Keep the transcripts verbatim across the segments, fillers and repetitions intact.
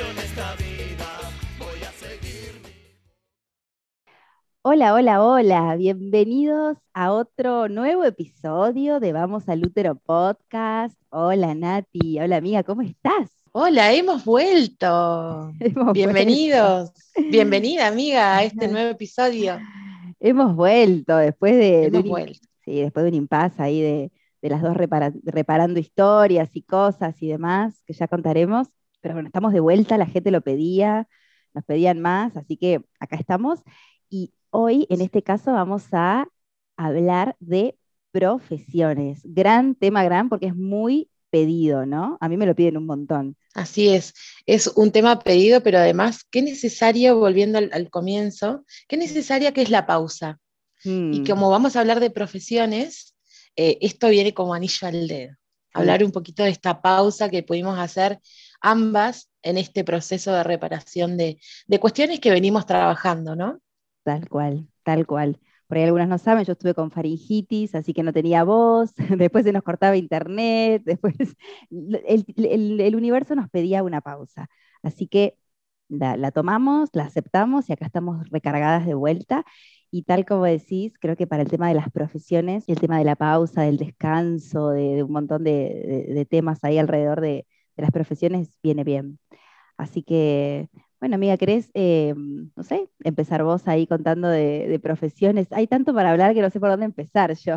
Hola, hola, hola, bienvenidos a otro nuevo episodio de Vamos al Útero Podcast. Hola Nati, hola amiga, ¿cómo estás? Hola, hemos vuelto. Hemos vuelto. Bienvenidos. Bienvenida, amiga, a este nuevo episodio. Hemos vuelto después de, de un, Hemos im- vuelto. sí, después de un impasse ahí de, de las dos repara- reparando historias y cosas y demás, que ya contaremos. Pero bueno, estamos de vuelta, la gente lo pedía, nos pedían más, así que acá estamos. Y hoy, en este caso, vamos a hablar de profesiones. Gran tema, gran, porque es muy pedido, ¿no? A mí me lo piden un montón. Así es. Es un tema pedido, pero además, qué necesario, volviendo al, al comienzo, qué necesaria que es la pausa. Y Mm, como vamos a hablar de profesiones, eh, esto viene como anillo al dedo. sí, Hablar un poquito de esta pausa que pudimos hacer ambas en este proceso de reparación de, de cuestiones que venimos trabajando, ¿no? tal cual, tal cual. Por ahí algunos no saben, yo estuve con faringitis, así que no tenía voz, después se nos cortaba internet, después el, el- el universo nos pedía una pausa. Así que la, la tomamos, la aceptamos y acá estamos recargadas de vuelta. Y tal como decís, creo que para el tema de las profesiones, el tema de la pausa, del descanso, de, de un montón de, de- de temas ahí alrededor de, de las profesiones, viene bien. Así que, bueno, amiga, ¿querés, eh, no sé, empezar vos ahí contando de, de profesiones? Hay tanto para hablar que no sé por dónde empezar yo.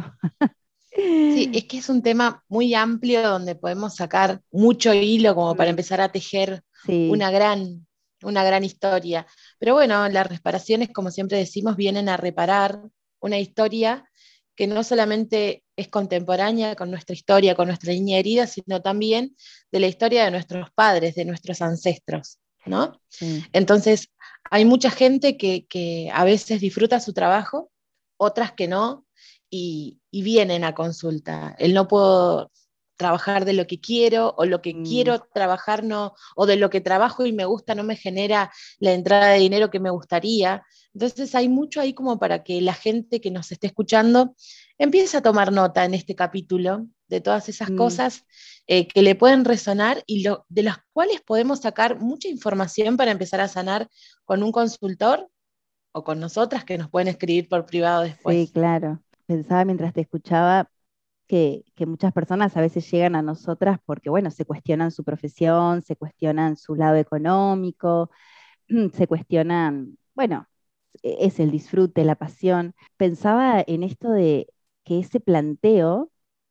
Sí, es que es un tema muy amplio donde podemos sacar mucho hilo como para Mm, empezar a tejer sí, una gran, una gran historia. Pero bueno, las reparaciones, como siempre decimos, vienen a reparar una historia que no solamente es contemporánea con nuestra historia, con nuestra línea herida, sino también de la historia de nuestros padres, de nuestros ancestros, ¿no? sí. Entonces, hay mucha gente que, que a veces disfruta su trabajo, otras que no, y, y vienen a consulta. El no puedo trabajar de lo que quiero o lo que Mm, quiero trabajar no, o de lo que trabajo y me gusta no me genera la entrada de dinero que me gustaría. Entonces hay mucho ahí como para que la gente que nos esté escuchando empiece a tomar nota en este capítulo de todas esas mm. cosas eh, que le pueden resonar y lo, de las cuales podemos sacar mucha información para empezar a sanar con un consultor o con nosotras que nos pueden escribir por privado Sí, después. claro. Pensaba mientras te escuchaba que, que muchas personas a veces llegan a nosotras porque, bueno, se cuestionan su profesión, se cuestionan su lado económico, se cuestionan, bueno, e- es el disfrute, la pasión. Pensaba en esto de que ese planteo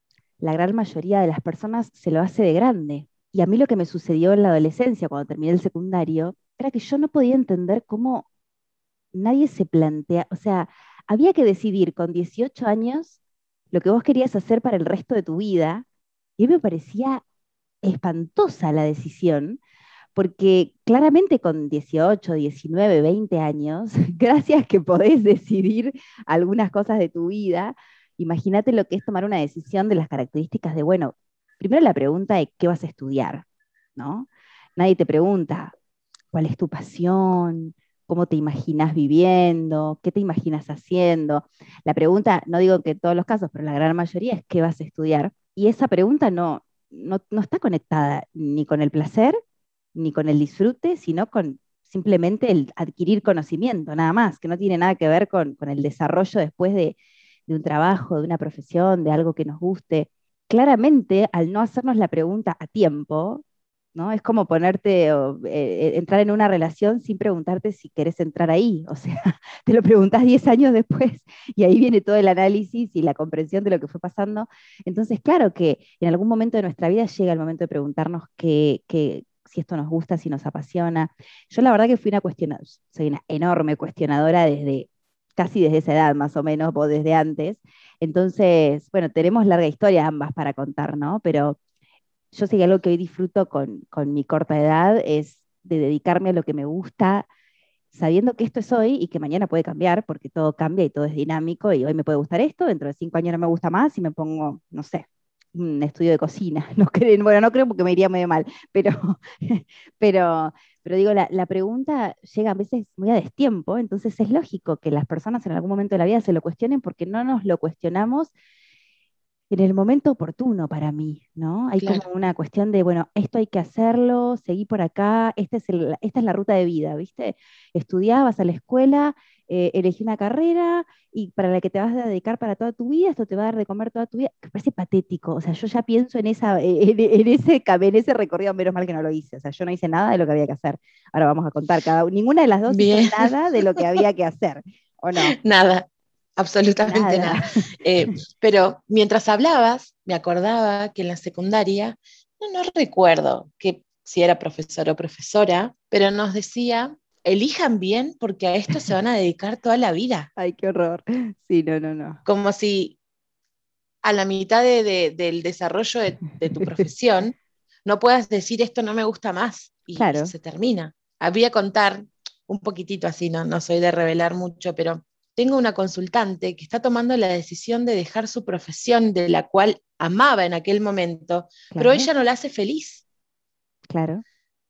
la gran mayoría de las personas se lo hace de grande. Y a mí lo que me sucedió en la adolescencia, cuando terminé el secundario, era que yo no podía entender cómo nadie se plantea, o sea, había que decidir con dieciocho años lo que vos querías hacer para el resto de tu vida, y a mí me parecía espantosa la decisión, porque claramente con dieciocho, diecinueve, veinte años, gracias que podés decidir algunas cosas de tu vida, imagínate lo que es tomar una decisión de las características de, bueno, primero la pregunta de qué vas a estudiar, ¿no? Nadie te pregunta cuál es tu pasión, cómo te imaginas viviendo, qué te imaginas haciendo. La pregunta, no digo que en todos los casos, pero la gran mayoría es qué vas a estudiar. Y esa pregunta no, no, no está conectada ni con el placer, ni con el disfrute, sino con simplemente el adquirir conocimiento, nada más, que no tiene nada que ver con, con el desarrollo después de, de un trabajo, de una profesión, de algo que nos guste. Claramente, al no hacernos la pregunta a tiempo, ¿no? Es como ponerte, o, eh, eh, entrar en una relación sin preguntarte si querés entrar ahí. O sea, te lo preguntás diez años después y ahí viene todo el análisis y la comprensión de lo que fue pasando. Entonces, claro que en algún momento de nuestra vida llega el momento de preguntarnos qué, qué, si esto nos gusta, si nos apasiona. Yo la verdad que fui una cuestionadora, soy una enorme cuestionadora desde casi desde esa edad más o menos, o desde antes. Entonces, bueno, tenemos larga historia ambas para contar, ¿no? Pero yo sé que algo que hoy disfruto con, con mi corta edad es de dedicarme a lo que me gusta, sabiendo que esto es hoy y que mañana puede cambiar, porque todo cambia y todo es dinámico, y hoy me puede gustar esto, dentro de cinco años no me gusta más y me pongo, no sé, un estudio de cocina. No creo, bueno, no creo porque me iría medio mal, pero, pero, pero digo, la, la pregunta llega a veces muy a destiempo, entonces es lógico que las personas en algún momento de la vida se lo cuestionen porque no nos lo cuestionamos en el momento oportuno para mí, ¿no? Hay como Claro, una cuestión de, bueno, esto hay que hacerlo, seguí por acá, este es el- esta es la ruta de vida, ¿viste? Estudiás, vas a la escuela, eh, elegí una carrera y para la que te vas a dedicar para toda tu vida, esto te va a dar de comer toda tu vida. Me parece patético, o sea, yo ya pienso en, esa, en, en ese, cam- en ese recorrido, menos mal que no lo hice, o sea, yo no hice nada de lo que había que hacer. Ahora vamos a contar, cada, ninguna de las dos hizo bien, nada de lo que había que hacer, ¿o no? nada, absolutamente Nada. nada. Eh, pero mientras hablabas, me acordaba que en la secundaria, no, no recuerdo que si era profesor o profesora, pero nos decía, elijan bien porque a esto se van a dedicar toda la vida, Ay, qué horror. Sí, no, no, no. como si a la mitad de- de- del desarrollo de, de tu profesión no puedas decir esto no me gusta más y, y Claro, se termina. Había contar un poquitito así, no, no soy de revelar mucho, pero tengo una consultante que está tomando la decisión de dejar su profesión de la cual amaba en aquel momento, pero claro, ella no la hace feliz. claro.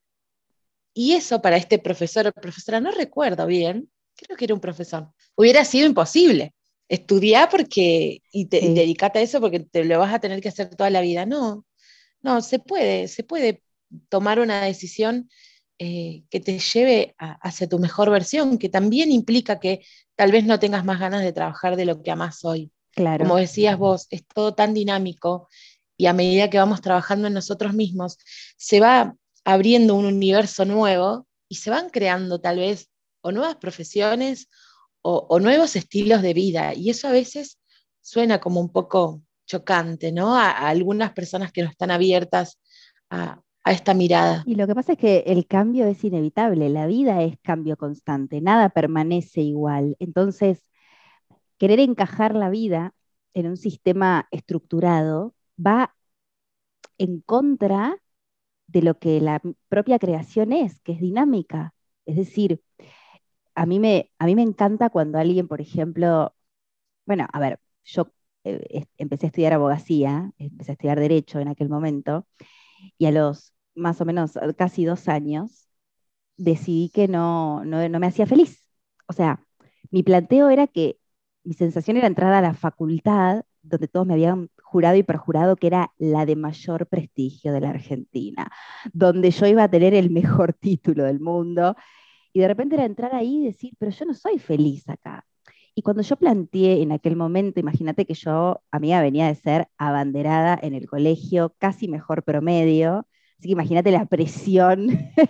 Y eso para este profesor o profesora, no recuerdo bien, creo que era un profesor, hubiera sido imposible. Estudiar porque, y, te, y Sí. dedicarte a eso porque te lo vas a tener que hacer toda la vida. No, no, se puede, se puede tomar una decisión eh, que te lleve a- hacia tu mejor versión, que también implica que tal vez no tengas más ganas de trabajar de lo que amás hoy. Como Claro. decías vos, es todo tan dinámico y a medida que vamos trabajando en nosotros mismos, se va abriendo un universo nuevo y se van creando tal vez o nuevas profesiones o, o nuevos estilos de vida. Y eso a veces suena como un poco chocante, ¿no? A, a algunas personas que no están abiertas a, a esta mirada. Y lo que pasa es que el cambio es inevitable, la vida es cambio constante, nada permanece igual. Entonces, querer encajar la vida en un sistema estructurado va en contra de lo que la propia creación es, que es dinámica. Es decir, a mí me, a mí me encanta cuando alguien, por ejemplo, bueno, a ver, yo eh, es- empecé a estudiar abogacía, empecé a estudiar derecho en aquel momento, y a los más o menos eh, casi dos años decidí que no, no, no me hacía feliz. O sea, mi planteo era que mi sensación era entrar a la facultad donde todos me habían jurado y perjurado que era la de mayor prestigio de la Argentina, donde yo iba a tener el mejor título del mundo, y de repente era entrar ahí y decir, pero yo no soy feliz acá. Y cuando yo planteé en aquel momento, imagínate que yo, amiga, venía de ser abanderada en el colegio, casi mejor promedio, así que imagínate la presión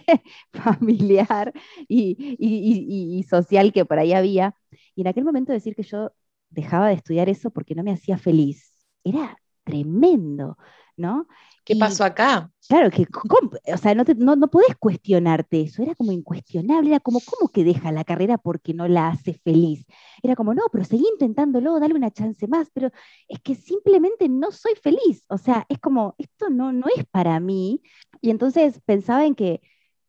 familiar y, y- y- y social que por ahí había. Y en aquel momento decir que yo dejaba de estudiar eso porque no me hacía feliz, era tremendo, ¿no? ¿Qué pasó acá? Claro que, ¿cómo? O sea, no, te- no, no podés cuestionarte eso, era como incuestionable, era como, ¿cómo que deja la carrera porque no la hace feliz? Era como, no, pero seguí intentándolo, dale una chance más, pero es que simplemente no soy feliz, o sea, es como, esto no, no es para mí. Y entonces pensaba en que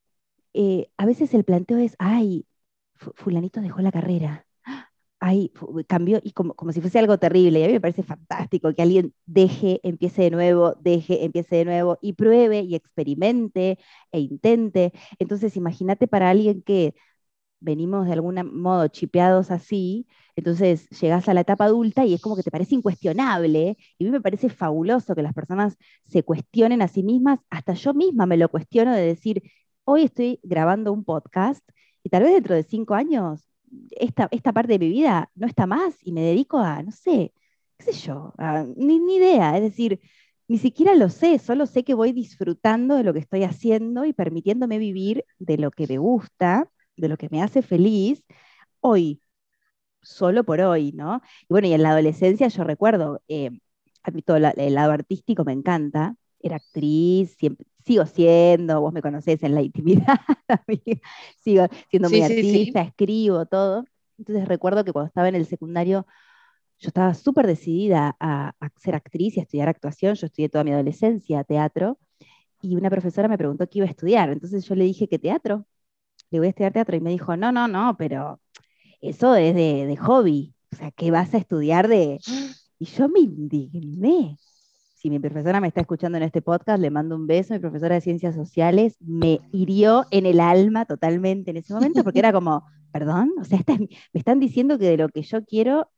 eh, a veces el planteo es, ay, fu- fulanito dejó la carrera, ay, fu- cambió, y como, como si fuese algo terrible. Y a mí me parece fantástico que alguien deje, empiece de nuevo, deje, empiece de nuevo y pruebe y experimente e intente. Entonces, imagínate para alguien que venimos de algún modo chipeados así, entonces llegás a la etapa adulta y es como que te parece incuestionable. Y a mí me parece fabuloso que las personas se cuestionen a sí mismas, hasta yo misma me lo cuestiono de decir, hoy estoy grabando un podcast y tal vez dentro de cinco años esta, esta parte de mi vida no está más y me dedico a, no sé, qué sé yo, a- ni, ni idea, es decir, ni siquiera lo sé, solo sé que voy disfrutando de lo que estoy haciendo y permitiéndome vivir de lo que me gusta, de lo que me hace feliz hoy, solo por hoy, ¿no? Y bueno, y en la adolescencia yo recuerdo, eh, a mí todo la- el lado artístico me encanta, era actriz, siempre, sigo siendo, vos me conocés en la intimidad, amiga, sigo siendo muy Sí, sí, artista, sí. escribo, todo. Entonces recuerdo que cuando estaba en el secundario yo estaba súper decidida a, a ser actriz y a estudiar actuación, yo estudié toda mi adolescencia teatro, y una profesora me preguntó qué iba a estudiar, entonces yo le dije que teatro, le voy a estudiar teatro, y me dijo, no, no, no, pero eso es de, de hobby, o sea, ¿qué vas a estudiar de...? Y yo me indigné. Si mi profesora me está escuchando en este podcast, le mando un beso. Mi profesora de ciencias sociales me hirió en el alma totalmente en ese momento, porque era como, perdón, o sea, esta es mi- me están diciendo que de lo que yo quiero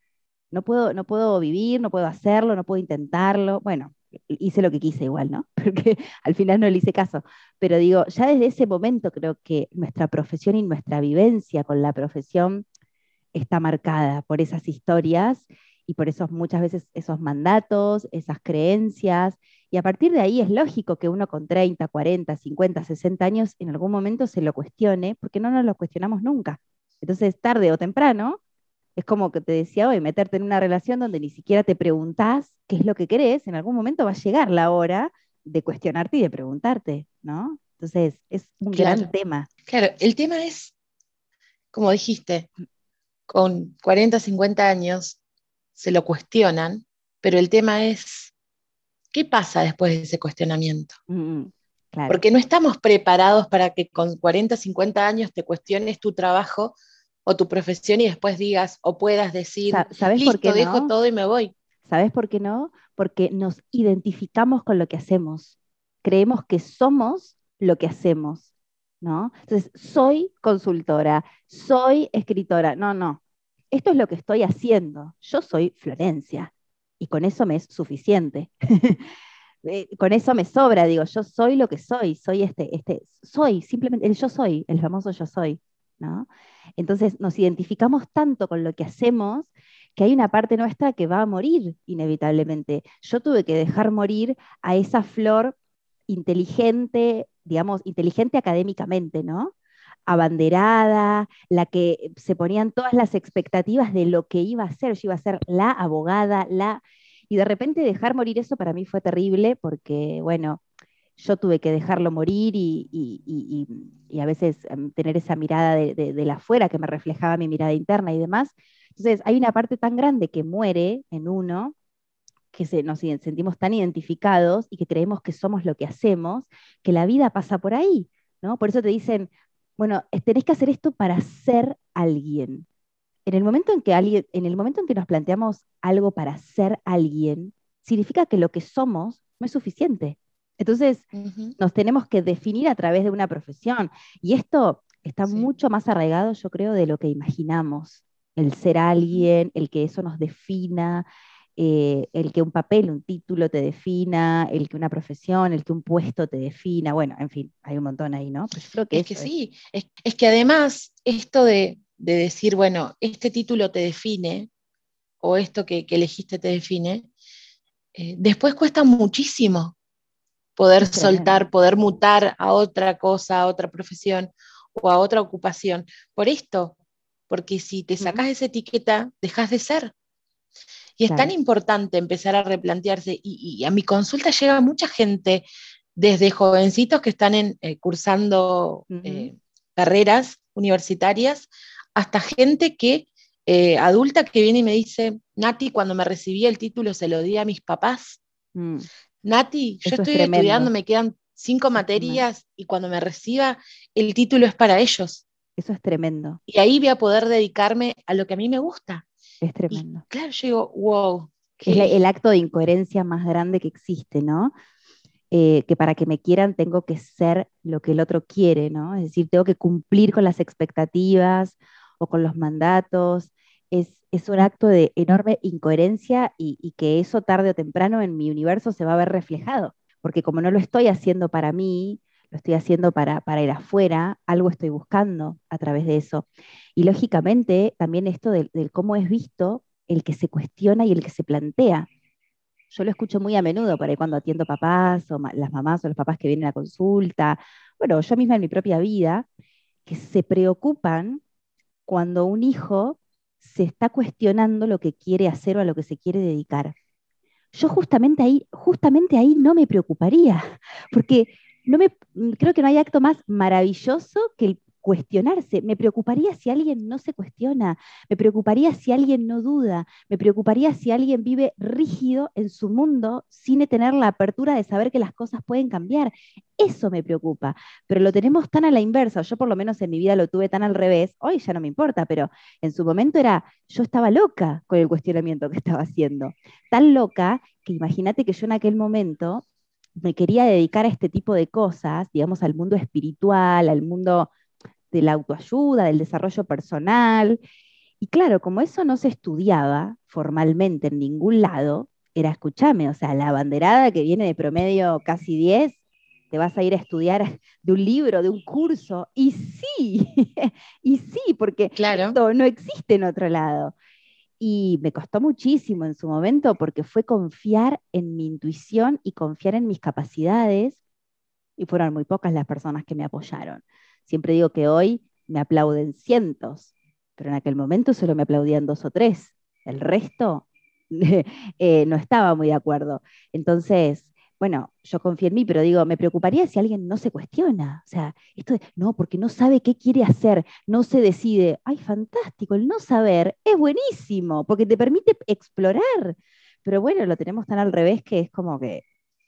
no puedo, no puedo vivir, no puedo hacerlo, no puedo intentarlo. Bueno, hice lo que quise igual, ¿no? Porque al final no le hice caso. Pero digo, ya desde ese momento creo que nuestra profesión y nuestra vivencia con la profesión está marcada por esas historias y por esos muchas veces esos mandatos, esas creencias. Y a partir de ahí es lógico que uno con treinta, cuarenta, cincuenta, sesenta años en algún momento se lo cuestione, porque no nos lo cuestionamos nunca. Entonces, tarde o temprano, es como que te decía hoy, meterte en una relación donde ni siquiera te preguntás qué es lo que querés, en algún momento va a llegar la hora de cuestionarte y de preguntarte, ¿no? Entonces, es un gran Claro, tema. claro. El tema es, como dijiste, con cuarenta, cincuenta años se lo cuestionan, pero el tema es, ¿qué pasa después de ese cuestionamiento? Mm, claro. Porque no estamos preparados para que con cuarenta, cincuenta años te cuestiones tu trabajo o tu profesión y después digas o puedas decir, Sa- ¿Sabes por qué listo, dejo no? todo y me voy. ¿Sabes por qué no? Porque nos identificamos con lo que hacemos. Creemos que somos lo que hacemos, ¿no? Entonces, soy consultora, soy escritora. No, no. Esto es lo que estoy haciendo. Yo soy Florencia y con eso me es suficiente. Eh, con eso me sobra, digo, yo soy lo que soy, soy este, este, soy, simplemente el yo soy, el famoso yo soy, ¿no? Entonces nos identificamos tanto con lo que hacemos que hay una parte nuestra que va a morir inevitablemente. Yo tuve que dejar morir a esa flor inteligente, digamos, inteligente académicamente, ¿no? Abanderada, la que se ponían todas las expectativas de lo que iba a ser. Yo iba a ser la abogada, la... Y de repente dejar morir eso para mí fue terrible porque, bueno, yo tuve que dejarlo morir y, y, y, y a veces um, tener esa mirada de, de, de la afuera que me reflejaba mi mirada interna y demás. Entonces, hay una parte tan grande que muere en uno, que se, nos sentimos tan identificados y que creemos que somos lo que hacemos, que la vida pasa por ahí, ¿no? Por eso te dicen, bueno, tenés que hacer esto para ser alguien. En el momento en que alguien, en el momento en que nos planteamos algo para ser alguien, significa que lo que somos no es suficiente. Entonces, Ujú, nos tenemos que definir a través de una profesión. Y esto está sí. mucho más arraigado, yo creo, de lo que imaginamos. El ser Ujú. alguien, el que eso nos defina, eh, el que un papel, un título te defina, el que una profesión, el que un puesto te defina. Bueno, en fin, hay un montón ahí, ¿no? Pero yo creo que Es que eso es. sí, es, es que además esto de, de decir, bueno, este título te define o esto que, que elegiste te define, eh, después cuesta muchísimo poder Es tremendo. soltar, poder mutar a otra cosa, a otra profesión o a otra ocupación. Por esto, porque si te Ujú, sacas esa etiqueta, dejas de ser. Y es tan claro. importante empezar a replantearse, y, y a mi consulta llega mucha gente, desde jovencitos que están en, eh, cursando Ujú, eh, carreras universitarias, hasta gente que, eh, adulta que viene y me dice, Nati, cuando me recibí el título se lo di a mis papás. mm. Nati, yo Eso es estoy estudiando, tremendo. me quedan cinco Eso es tremendo. materias y cuando me reciba, el título es para ellos. Eso es tremendo. Y ahí voy a poder dedicarme a lo que a mí me gusta. Es Y tremendo. claro, yo digo, wow, Es la- el qué, acto de incoherencia más grande que existe, ¿no? Eh, que para que me quieran tengo que ser lo que el otro quiere, ¿no? Es decir, tengo que cumplir con las expectativas o con los mandatos. Es, es un acto de enorme incoherencia y, y que eso tarde o temprano en mi universo se va a ver reflejado, porque como no lo estoy haciendo para mí, lo estoy haciendo para, para ir afuera, algo estoy buscando a través de eso. Y lógicamente también esto del, del cómo es visto el que se cuestiona y el que se plantea. Yo lo escucho muy a menudo por ahí cuando atiendo papás o ma- las mamás o los papás que vienen a consulta. Bueno, yo misma en mi propia vida, que se preocupan cuando un hijo se está cuestionando lo que quiere hacer o a lo que se quiere dedicar. Yo justamente ahí, justamente ahí no me preocuparía, porque no me, mm, creo que no hay acto más maravilloso que el cuestionarse. Me preocuparía si alguien no se cuestiona, me preocuparía si alguien no duda, me preocuparía si alguien vive rígido en su mundo sin tener la apertura de saber que las cosas pueden cambiar. Eso me preocupa, pero lo tenemos tan a la inversa, yo por lo menos en mi vida lo tuve tan al revés, hoy ya no me importa, pero en su momento era, yo estaba loca con el cuestionamiento que estaba haciendo, tan loca que imagínate que yo en aquel momento me quería dedicar a este tipo de cosas, digamos, al mundo espiritual, al mundo de la autoayuda, del desarrollo personal, Y claro, como eso no se estudiaba formalmente en ningún lado, era, escúchame, o sea, la abanderada que viene de promedio casi diez, te vas a ir a estudiar de un libro, de un curso. Y sí, y sí, porque Claro, esto no existe en otro lado. Y me costó muchísimo en su momento porque fue confiar en mi intuición y confiar en mis capacidades, y fueron muy pocas las personas que me apoyaron. Siempre digo que hoy me aplauden cientos, pero en aquel momento solo me aplaudían dos o tres. El resto eh, no estaba muy de acuerdo. Entonces, bueno, yo confío en mí, pero digo, me preocuparía si alguien no se cuestiona. O sea, esto de, no, porque no sabe qué quiere hacer, no se decide. Ay, fantástico, el no saber es buenísimo, porque te permite explorar. Pero bueno, lo tenemos tan al revés que es como que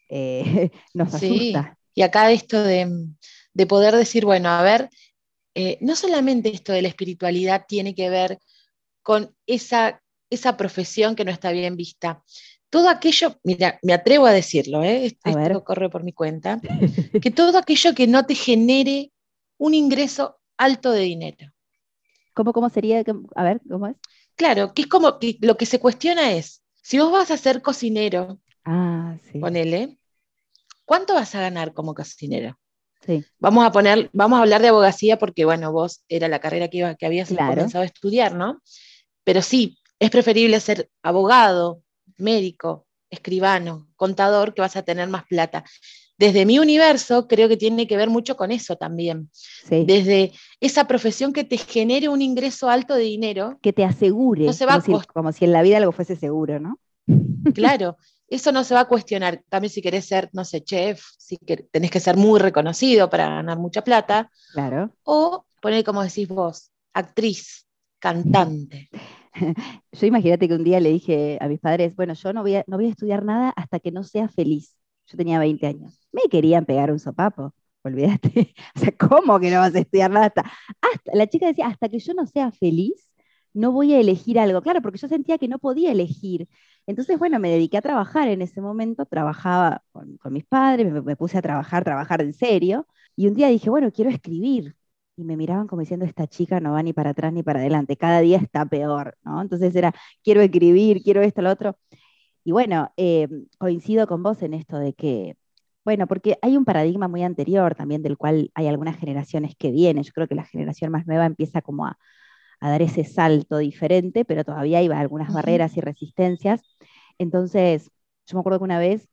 eh, nos sí. asusta. Y acá esto de, de poder decir, bueno, a ver, eh, no solamente esto de la espiritualidad tiene que ver con esa, esa profesión que no está bien vista. Todo aquello, mira, me atrevo a decirlo, ¿eh? A ver, Esto corre por mi cuenta, que todo aquello que no te genere un ingreso alto de dinero. ¿cómo, cómo sería? A ver, ¿cómo es? Claro, que es como que lo que se cuestiona es, si vos vas a ser cocinero, Ah, sí, ponele, ¿cuánto vas a ganar como cocinero? sí, Vamos a poner, vamos a hablar de abogacía porque, bueno, vos era la carrera que, iba, que habías claro. comenzado a estudiar, ¿no? Pero sí, es preferible ser abogado, médico, escribano, contador, que vas a tener más plata. Desde mi universo, creo que tiene que ver mucho con eso también. Sí, Desde esa profesión que te genere un ingreso alto de dinero, que te no asegure, se va como a si, costar, como si en la vida algo fuese seguro, ¿no? claro, eso no se va a cuestionar. También si querés ser, no sé, chef, si que, tenés que ser muy reconocido para ganar mucha plata, Claro. o poner, como decís vos, actriz, cantante. Yo imagínate que un día le dije a mis padres, bueno, yo no voy a, no voy a estudiar nada hasta que no sea feliz. Yo tenía veinte años. Me querían pegar un sopapo, olvídate. O sea, ¿cómo que no vas a estudiar nada hasta, hasta, la chica decía, hasta que yo no sea feliz, no voy a elegir algo. Claro, porque yo sentía que no podía elegir. Entonces, bueno, me dediqué a trabajar en ese momento, trabajaba con, con mis padres, me, me puse a trabajar, trabajar en serio, y un día dije, bueno, quiero escribir, y me miraban como diciendo, esta chica no va ni para atrás ni para adelante, cada día está peor, ¿no? Entonces era, quiero escribir, quiero esto, lo otro. Y bueno, eh, coincido con vos en esto de que, bueno, porque hay un paradigma muy anterior también del cual hay algunas generaciones que vienen. Yo creo que la generación más nueva empieza como a, a dar ese salto diferente, pero todavía hay algunas Ujú. barreras y resistencias. Entonces, yo me acuerdo que una vez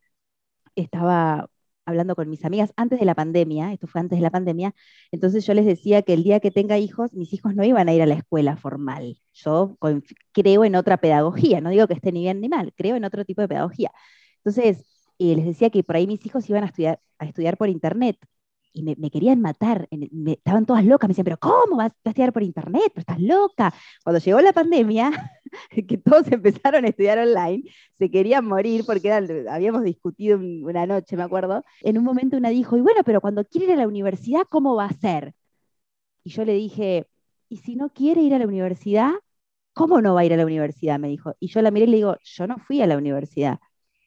estaba hablando con mis amigas antes de la pandemia, esto fue antes de la pandemia, entonces yo les decía que el día que tenga hijos, mis hijos no iban a ir a la escuela formal. Yo creo en otra pedagogía, no digo que esté ni bien ni mal, creo en otro tipo de pedagogía. Entonces, eh, les decía que por ahí mis hijos iban a estudiar, a estudiar por internet y me, me querían matar, me, estaban todas locas, me decían, pero ¿cómo vas a estudiar por internet? Pero estás loca. Cuando llegó la pandemia, que todos empezaron a estudiar online, se querían morir porque era, habíamos discutido una noche, me acuerdo. En un momento una dijo, y bueno, pero cuando quiere ir a la universidad, ¿cómo va a ser? Y yo le dije, ¿y si no quiere ir a la universidad? ¿Cómo no va a ir a la universidad? Me dijo. Y yo la miré y le digo, yo no fui a la universidad.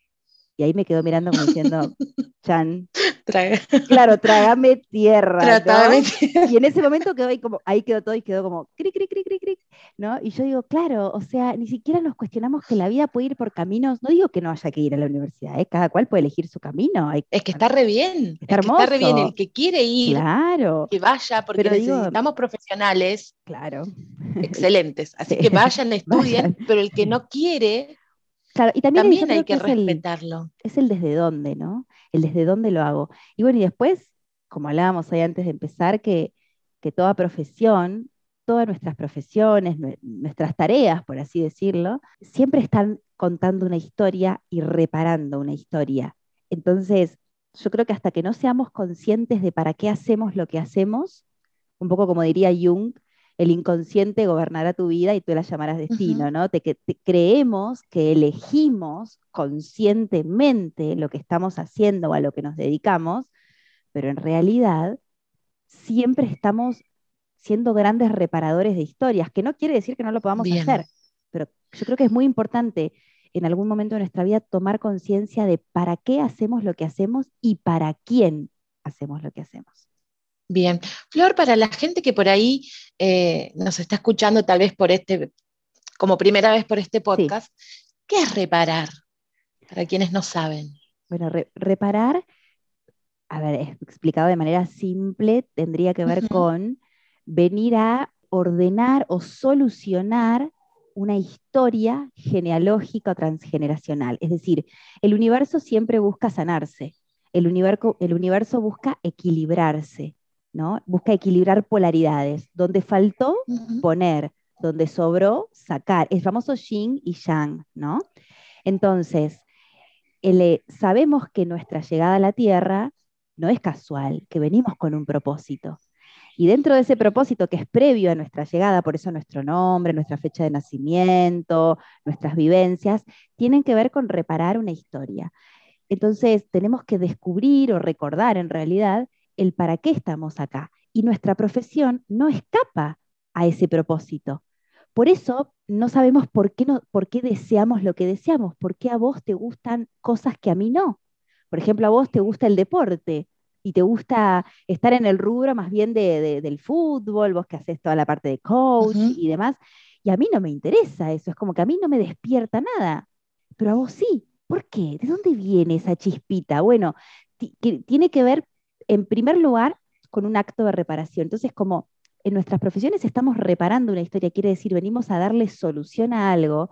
Y ahí me quedó mirando como diciendo, Chan, Traga- claro, trágame tierra, Trataba de ¿no? meter. Y en ese momento quedó ahí como, ahí quedó todo y quedó como, cric, cric, cric, cric, cric, ¿no? Y yo digo, claro, o sea, ni siquiera nos cuestionamos que la vida puede ir por caminos, no digo que no haya que ir a la universidad, ¿eh? Cada cual puede elegir su camino, hay, Es que está bueno, re bien, está es que está re bien. El hermoso, que quiere ir, claro, que vaya, porque pero digo, necesitamos profesionales claro, excelentes. Así sí, que vayan, vayan. estudien, pero el que no quiere, Claro, y también yo también hay creo que que es el, respetarlo. es el desde dónde, ¿no? El desde dónde lo hago. Y bueno, y después, como hablábamos hoy antes de empezar, que, que toda profesión, todas nuestras profesiones, nue- nuestras tareas, por así decirlo, siempre están contando una historia y reparando una historia. Entonces, yo creo que hasta que no seamos conscientes de para qué hacemos lo que hacemos, un poco como diría Jung, el inconsciente gobernará tu vida y tú la llamarás destino, Ujú. ¿no? Te, que, te- creemos que elegimos conscientemente lo que estamos haciendo o a lo que nos dedicamos, pero en realidad siempre estamos siendo grandes reparadores de historias, que no quiere decir que no lo podamos Bien, hacer, pero yo creo que es muy importante en algún momento de nuestra vida tomar conciencia de para qué hacemos lo que hacemos y para quién hacemos lo que hacemos. bien. Flor, para la gente que por ahí eh, nos está escuchando, tal vez por este como primera vez por este Sí, podcast, ¿qué es reparar? Para quienes no saben. bueno, re- reparar, a ver, es- explicado de manera simple, tendría que ver Ujú, con venir a ordenar o solucionar una historia genealógica o transgeneracional. Es decir, el universo siempre busca sanarse, el universo, el universo busca equilibrarse, ¿no? Busca equilibrar polaridades. Donde faltó, ujú, poner, donde sobró, sacar. El famoso yin y yang, ¿no? Entonces, el, eh, sabemos que nuestra llegada a la Tierra no es casual, que venimos con un propósito. Y dentro de ese propósito que es previo a nuestra llegada, por eso nuestro nombre, nuestra fecha de nacimiento, nuestras vivencias, tienen que ver con reparar una historia. Entonces, tenemos que descubrir o recordar en realidad el para qué estamos acá. Y nuestra profesión no escapa a ese propósito. Por eso no sabemos por qué, no, por qué deseamos lo que deseamos, por qué a vos te gustan cosas que a mí no. Por ejemplo, a vos te gusta el deporte y te gusta estar en el rubro más bien de, de- del fútbol, vos que haces toda la parte de coach ujú. y demás, y a mí no me interesa eso, es como que a mí no me despierta nada, pero a vos sí. ¿Por qué? ¿De dónde viene esa chispita? Bueno, ti- que tiene que ver, en primer lugar, con un acto de reparación. Entonces, como en nuestras profesiones estamos reparando una historia, quiere decir, venimos a darle solución a algo,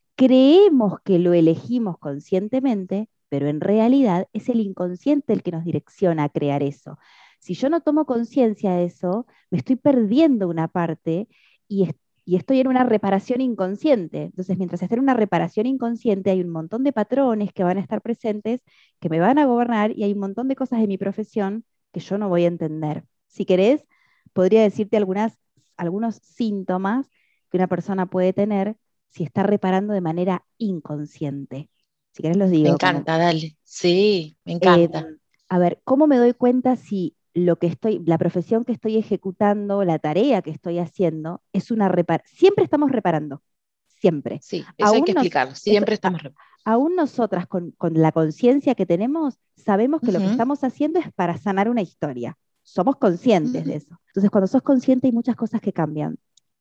creemos que lo elegimos conscientemente, pero en realidad es el inconsciente el que nos direcciona a crear eso. Si yo no tomo conciencia de eso, me estoy perdiendo una parte y, es- y estoy en una reparación inconsciente. Entonces, mientras esté en una reparación inconsciente, hay un montón de patrones que van a estar presentes, que me van a gobernar y hay un montón de cosas de mi profesión que yo no voy a entender. Si querés, podría decirte algunas, algunos síntomas que una persona puede tener si está reparando de manera inconsciente. Si querés los Me digo, como, encanta, dale. Sí, me eh, encanta. a ver, ¿cómo me doy cuenta si lo que estoy, la profesión que estoy ejecutando, la tarea que estoy haciendo, es una reparación? Siempre estamos reparando, siempre. Sí, eso hay que Aún nos, explicarlo. eso, Siempre a- estamos... re- aún nosotras con, con la conciencia que tenemos, sabemos que lo que Ujú, estamos haciendo es para sanar una historia. Somos conscientes de ujú, eso. Entonces, cuando sos consciente hay muchas cosas que cambian,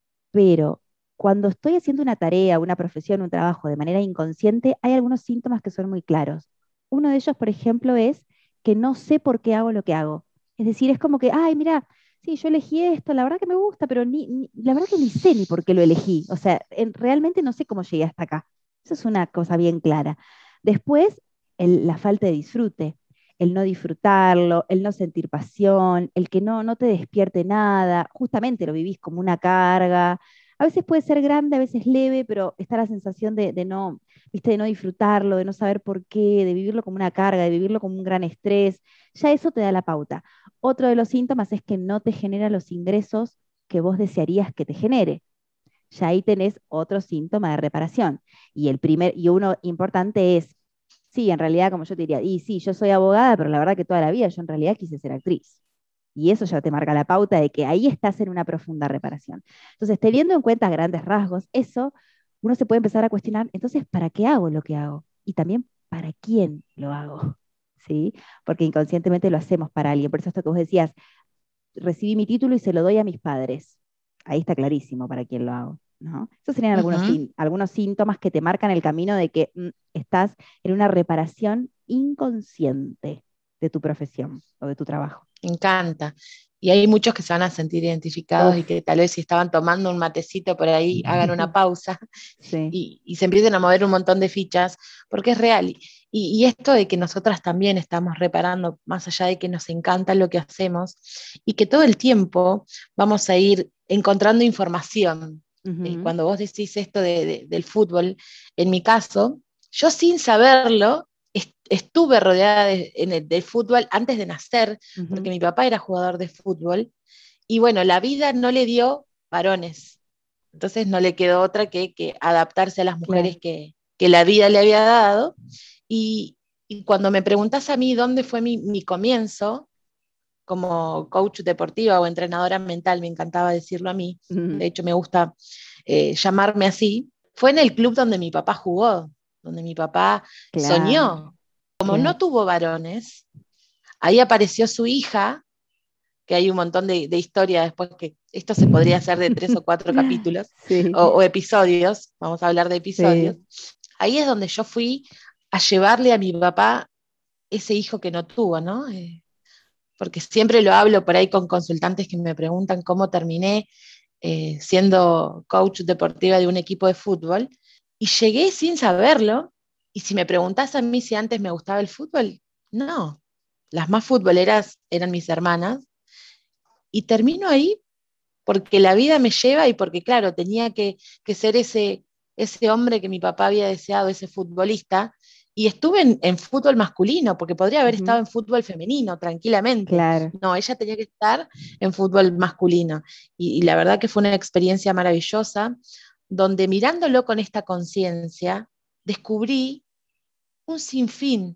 pero cuando estoy haciendo una tarea, una profesión, un trabajo de manera inconsciente, hay algunos síntomas que son muy claros. Uno de ellos, por ejemplo, es que no sé por qué hago lo que hago. Es decir, es como que, ay, mira, sí, yo elegí esto, la verdad que me gusta, pero ni, ni- la verdad que ni sé ni por qué lo elegí. O sea, en- realmente no sé cómo llegué hasta acá. Eso es una cosa bien clara. Después, el- la falta de disfrute, el no disfrutarlo, el no sentir pasión, el que no, no te despierte nada, justamente lo vivís como una carga. A veces puede ser grande, a veces leve, pero está la sensación de, de no, viste, de no disfrutarlo, de no saber por qué, de vivirlo como una carga, de vivirlo como un gran estrés. Ya eso te da la pauta. Otro de los síntomas es que no te genera los ingresos que vos desearías que te genere. Ya ahí tenés otro síntoma de reparación. Y el primer, y uno importante es, sí, en realidad, como yo te diría, y sí, yo soy abogada, pero la verdad que toda la vida yo en realidad quise ser actriz. Y eso ya te marca la pauta de que ahí estás en una profunda reparación. Entonces, teniendo en cuenta grandes rasgos, eso uno se puede empezar a cuestionar, entonces, ¿para qué hago lo que hago? Y también, ¿para quién lo hago? ¿Sí? Porque inconscientemente lo hacemos para alguien. Por eso esto que vos decías, recibí mi título y se lo doy a mis padres. Ahí está clarísimo para quién lo hago, ¿no? Esos serían algunos, ujú. sín- algunos síntomas que te marcan el camino de que mm, estás en una reparación inconsciente de tu profesión o de tu trabajo. Me encanta. Y hay muchos que se van a sentir identificados y Uf, que tal vez si estaban tomando un matecito por ahí, hagan una pausa sí. y, y se empiecen a mover un montón de fichas, porque es real. Y, y esto de que nosotras también estamos reparando, más allá de que nos encanta lo que hacemos, y que todo el tiempo vamos a ir encontrando información. Eh, Ujú, cuando vos decís esto de- de- del fútbol, en mi caso, yo sin saberlo, est- estuve rodeada de, en el- del fútbol antes de nacer, ujú, porque mi papá era jugador de fútbol, y bueno, la vida no le dio varones, entonces no le quedó otra que, que adaptarse a las mujeres claro. que, que la vida le había dado. Y, y cuando me preguntas a mí dónde fue mi, mi comienzo como coach deportiva o entrenadora mental, me encantaba decirlo a mí, Ujú, de hecho me gusta eh, llamarme así, fue en el club donde mi papá jugó, donde mi papá claro, soñó. Como no claro. tuvo varones, ahí apareció su hija que hay un montón de, de historia después, que esto se podría hacer de tres o cuatro capítulos, sí, o, o episodios, vamos a hablar de episodios. sí. Ahí es donde yo fui a llevarle a mi papá ese hijo que no tuvo, ¿no? Eh, porque siempre lo hablo por ahí con consultantes que me preguntan cómo terminé eh, siendo coach deportiva de un equipo de fútbol, y llegué sin saberlo, y si me preguntás a mí si antes me gustaba el fútbol, no, las más futboleras eran mis hermanas, y termino ahí porque la vida me lleva y porque, claro, tenía que, que ser ese, ese hombre que mi papá había deseado, ese futbolista, y estuve en, en fútbol masculino, porque podría haber estado Ujú, en fútbol femenino tranquilamente. claro. No, ella tenía que estar en fútbol masculino. Y, y la verdad que fue una experiencia maravillosa, donde mirándolo con esta conciencia, descubrí un sinfín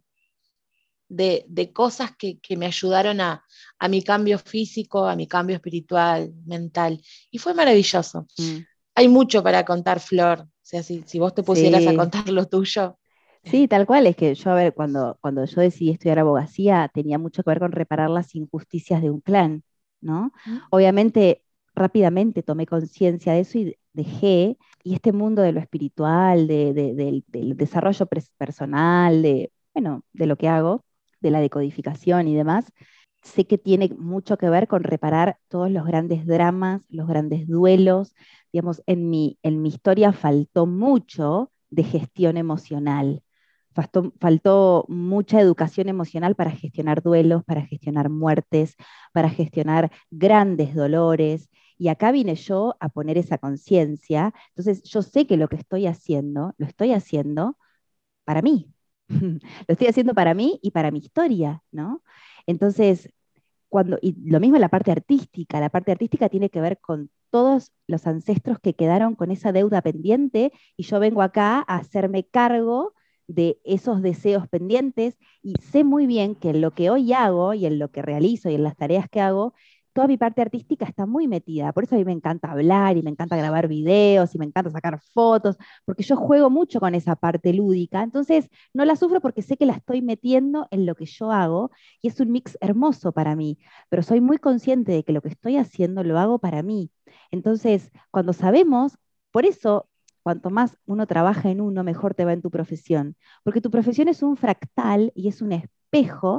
de, de cosas que, que, me ayudaron a, a mi cambio físico, a mi cambio espiritual, mental. Y fue maravilloso. Mm, Hay mucho para contar, Flor. O sea, si, si vos te pusieras a sí. contar lo tuyo. Sí, tal cual, es que yo, a ver, cuando, cuando yo decidí estudiar abogacía, tenía mucho que ver con reparar las injusticias de un clan, ¿no? Obviamente, rápidamente tomé conciencia de eso y dejé, y este mundo de lo espiritual, de, de- del, del desarrollo pres- personal, de, bueno, de lo que hago, de la decodificación y demás, sé que tiene mucho que ver con reparar todos los grandes dramas, los grandes duelos. Digamos, en mi, en mi historia faltó mucho de gestión emocional. Faltó, faltó mucha educación emocional para gestionar duelos, para gestionar muertes, para gestionar grandes dolores. Y acá vine yo a poner esa conciencia. Entonces, yo sé que lo que estoy haciendo, lo estoy haciendo para mí. Lo estoy haciendo para mí y para mi historia, ¿no? Entonces, cuando, y lo mismo en la parte artística, la parte artística tiene que ver con todos los ancestros que quedaron con esa deuda pendiente y yo vengo acá a hacerme cargo de esos deseos pendientes y sé muy bien que en lo que hoy hago y en lo que realizo y en las tareas que hago, toda mi parte artística está muy metida. Por eso a mí me encanta hablar y me encanta grabar videos y me encanta sacar fotos, porque yo juego mucho con esa parte lúdica. Entonces, no la sufro porque sé que la estoy metiendo en lo que yo hago y es un mix hermoso para mí, pero soy muy consciente de que lo que estoy haciendo lo hago para mí. Entonces, cuando sabemos, por eso, cuanto más uno trabaja en uno, mejor te va en tu profesión, porque tu profesión es un fractal y es un espejo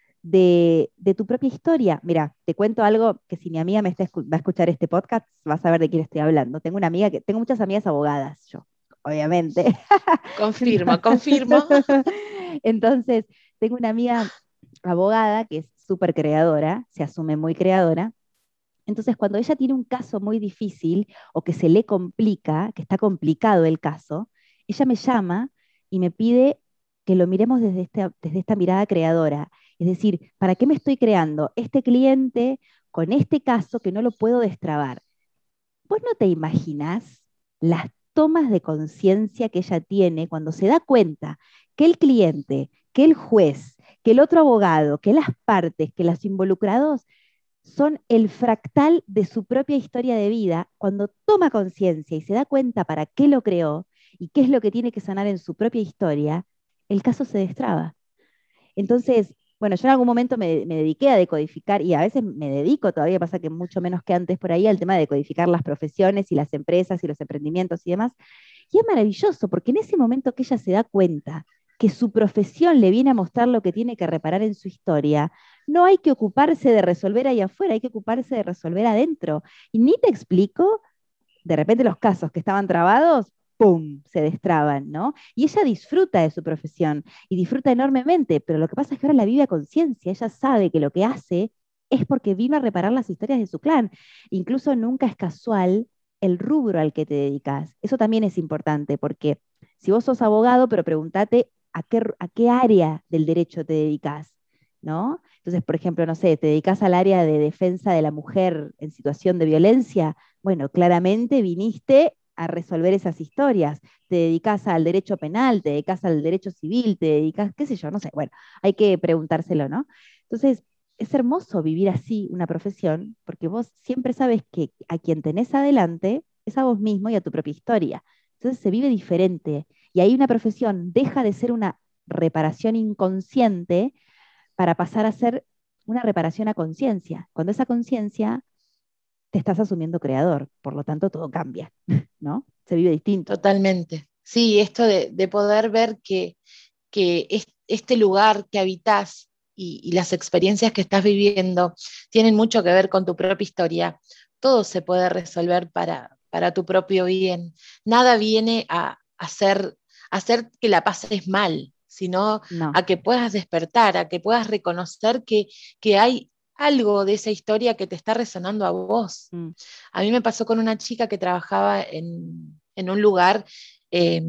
de, de tu propia historia. Mira, te cuento algo que si mi amiga me está escu- va a escuchar este podcast, va a saber de quién estoy hablando. Tengo una amiga que, tengo muchas amigas abogadas, yo, obviamente. Confirmo, confirmo. Entonces, tengo una amiga abogada que es súper creadora, se asume muy creadora. Entonces, cuando ella tiene un caso muy difícil o que se le complica, que está complicado el caso, ella me llama y me pide que lo miremos desde esta, desde esta mirada creadora. Es decir, ¿para qué me estoy creando este cliente con este caso que no lo puedo destrabar? ¿Vos no te imaginás las tomas de conciencia que ella tiene cuando se da cuenta que el cliente, que el juez, que el otro abogado, que las partes, que los involucrados son el fractal de su propia historia de vida? Cuando toma conciencia y se da cuenta para qué lo creó y qué es lo que tiene que sanar en su propia historia, el caso se destraba. Entonces, bueno, yo en algún momento me, me dediqué a decodificar y a veces me dedico, todavía pasa que mucho menos que antes por ahí, al tema de decodificar las profesiones y las empresas y los emprendimientos y demás. Y es maravilloso porque en ese momento que ella se da cuenta que su profesión le viene a mostrar lo que tiene que reparar en su historia, no hay que ocuparse de resolver ahí afuera, hay que ocuparse de resolver adentro. Y ni te explico, de repente los casos que estaban trabados, ¡pum!, se destraban, ¿no? Y ella disfruta de su profesión y disfruta enormemente, pero lo que pasa es que ahora la vive a conciencia, ella sabe que lo que hace es porque vino a reparar las historias de su clan. Incluso nunca es casual el rubro al que te dedicas. Eso también es importante, porque si vos sos abogado, pero pregúntate a qué, a qué área del derecho te dedicas, ¿no? Entonces, por ejemplo, no sé, te dedicas al área de defensa de la mujer en situación de violencia. Bueno, claramente viniste a resolver esas historias. Te dedicas al derecho penal, te dedicas al derecho civil, te dedicas, qué sé yo, no sé. Bueno, hay que preguntárselo, ¿no? Entonces, es hermoso vivir así una profesión, porque vos siempre sabes que a quien tenés adelante es a vos mismo y a tu propia historia. Entonces se vive diferente. Y ahí una profesión deja de ser una reparación inconsciente para pasar a ser una reparación a conciencia. Cuando esa conciencia te estás asumiendo creador, por lo tanto todo cambia, ¿no? Se vive distinto. Totalmente. Sí, esto de, de poder ver que, que es- este lugar que habitas y, y las experiencias que estás viviendo tienen mucho que ver con tu propia historia. Todo se puede resolver para, para tu propio bien. Nada viene a hacer, a hacer que la pases mal, sino No. a que puedas despertar, a que puedas reconocer que, que hay algo de esa historia que te está resonando a vos. Mm. A mí me pasó con una chica que trabajaba en, en un lugar, eh,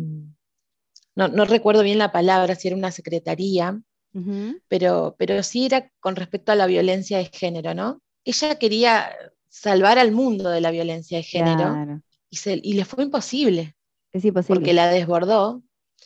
no, no recuerdo bien la palabra, si era una secretaría, Ujú. pero, pero sí era con respecto a la violencia de género, ¿no? Ella quería salvar al mundo de la violencia de género Claro, y, se, y le fue imposible es porque imposible. la desbordó.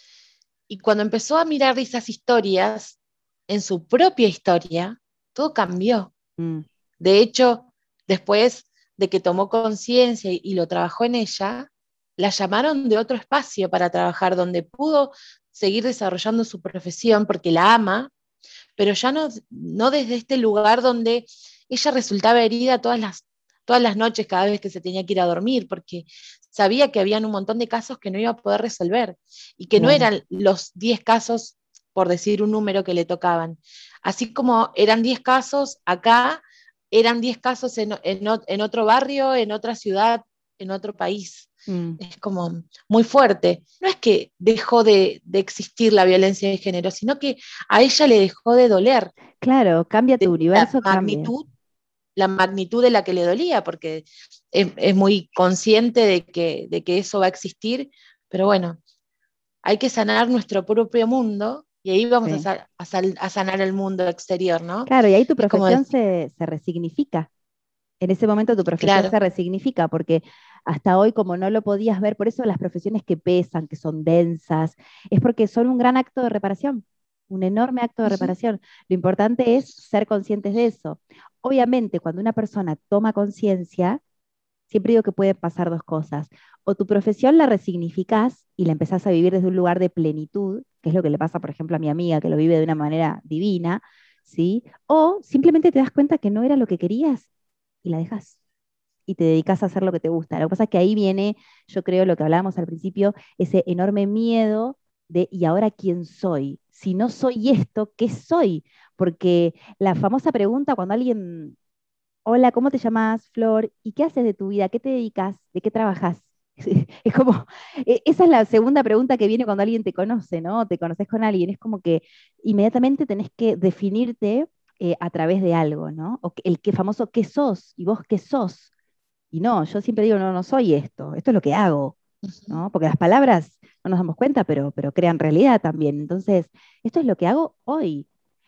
Y cuando empezó a mirar esas historias, en su propia historia, todo cambió. Mm. De hecho, después de que tomó conciencia y, y lo trabajó en ella, la llamaron de otro espacio para trabajar donde pudo seguir desarrollando su profesión porque la ama, pero ya no, no desde este lugar donde ella resultaba herida todas las, todas las noches cada vez que se tenía que ir a dormir, porque sabía que habían un montón de casos que no iba a poder resolver y que no Claro. eran los diez casos, por decir un número que le tocaban. Así como eran diez casos acá, eran diez casos en, en, en otro barrio, en otra ciudad, en otro país. Mm. Es como muy fuerte. No es que dejó de, de existir la violencia de género, sino que a ella le dejó de doler Claro, cambia tu la universo, cambia. magnitud, la magnitud de la que le dolía, porque es, es muy consciente de que, de que eso va a existir, pero bueno, hay que sanar nuestro propio mundo y ahí vamos a, Sí. sa- a sal- a sanar el mundo exterior, ¿no? Claro, y ahí tu Es como profesión decir, se, se resignifica. En ese momento tu profesión claro, se resignifica, porque hasta hoy, como no lo podías ver, por eso las profesiones que pesan, que son densas, es porque son un gran acto de reparación, un enorme acto de ujú, reparación. Lo importante es ser conscientes de eso. Obviamente, cuando una persona toma conciencia, siempre digo que pueden pasar dos cosas. O tu profesión la resignificás y la empezás a vivir desde un lugar de plenitud, que es lo que le pasa, por ejemplo, a mi amiga, que lo vive de una manera divina, ¿sí? O simplemente te das cuenta que no era lo que querías y la dejas y te dedicas a hacer lo que te gusta. Lo que pasa es que ahí viene, yo creo, lo que hablábamos al principio, ese enorme miedo de, ¿y ahora quién soy? Si no soy esto, ¿qué soy? Porque la famosa pregunta cuando alguien, hola, ¿cómo te llamas, Flor? ¿Y qué haces de tu vida? ¿Qué te dedicas? ¿De qué trabajas? Es como, e- esa es la segunda pregunta que viene cuando alguien te conoce, ¿no? Te conoces con alguien, es como que inmediatamente tenés que definirte eh, a través de algo, ¿no? O que- el que famoso ¿qué sos? ¿Y vos qué sos? Y no, yo siempre digo, no, no soy esto, esto es lo que hago, ujú, ¿no? Porque las palabras no nos damos cuenta, pero, pero crean realidad también. Entonces, esto es lo que hago hoy.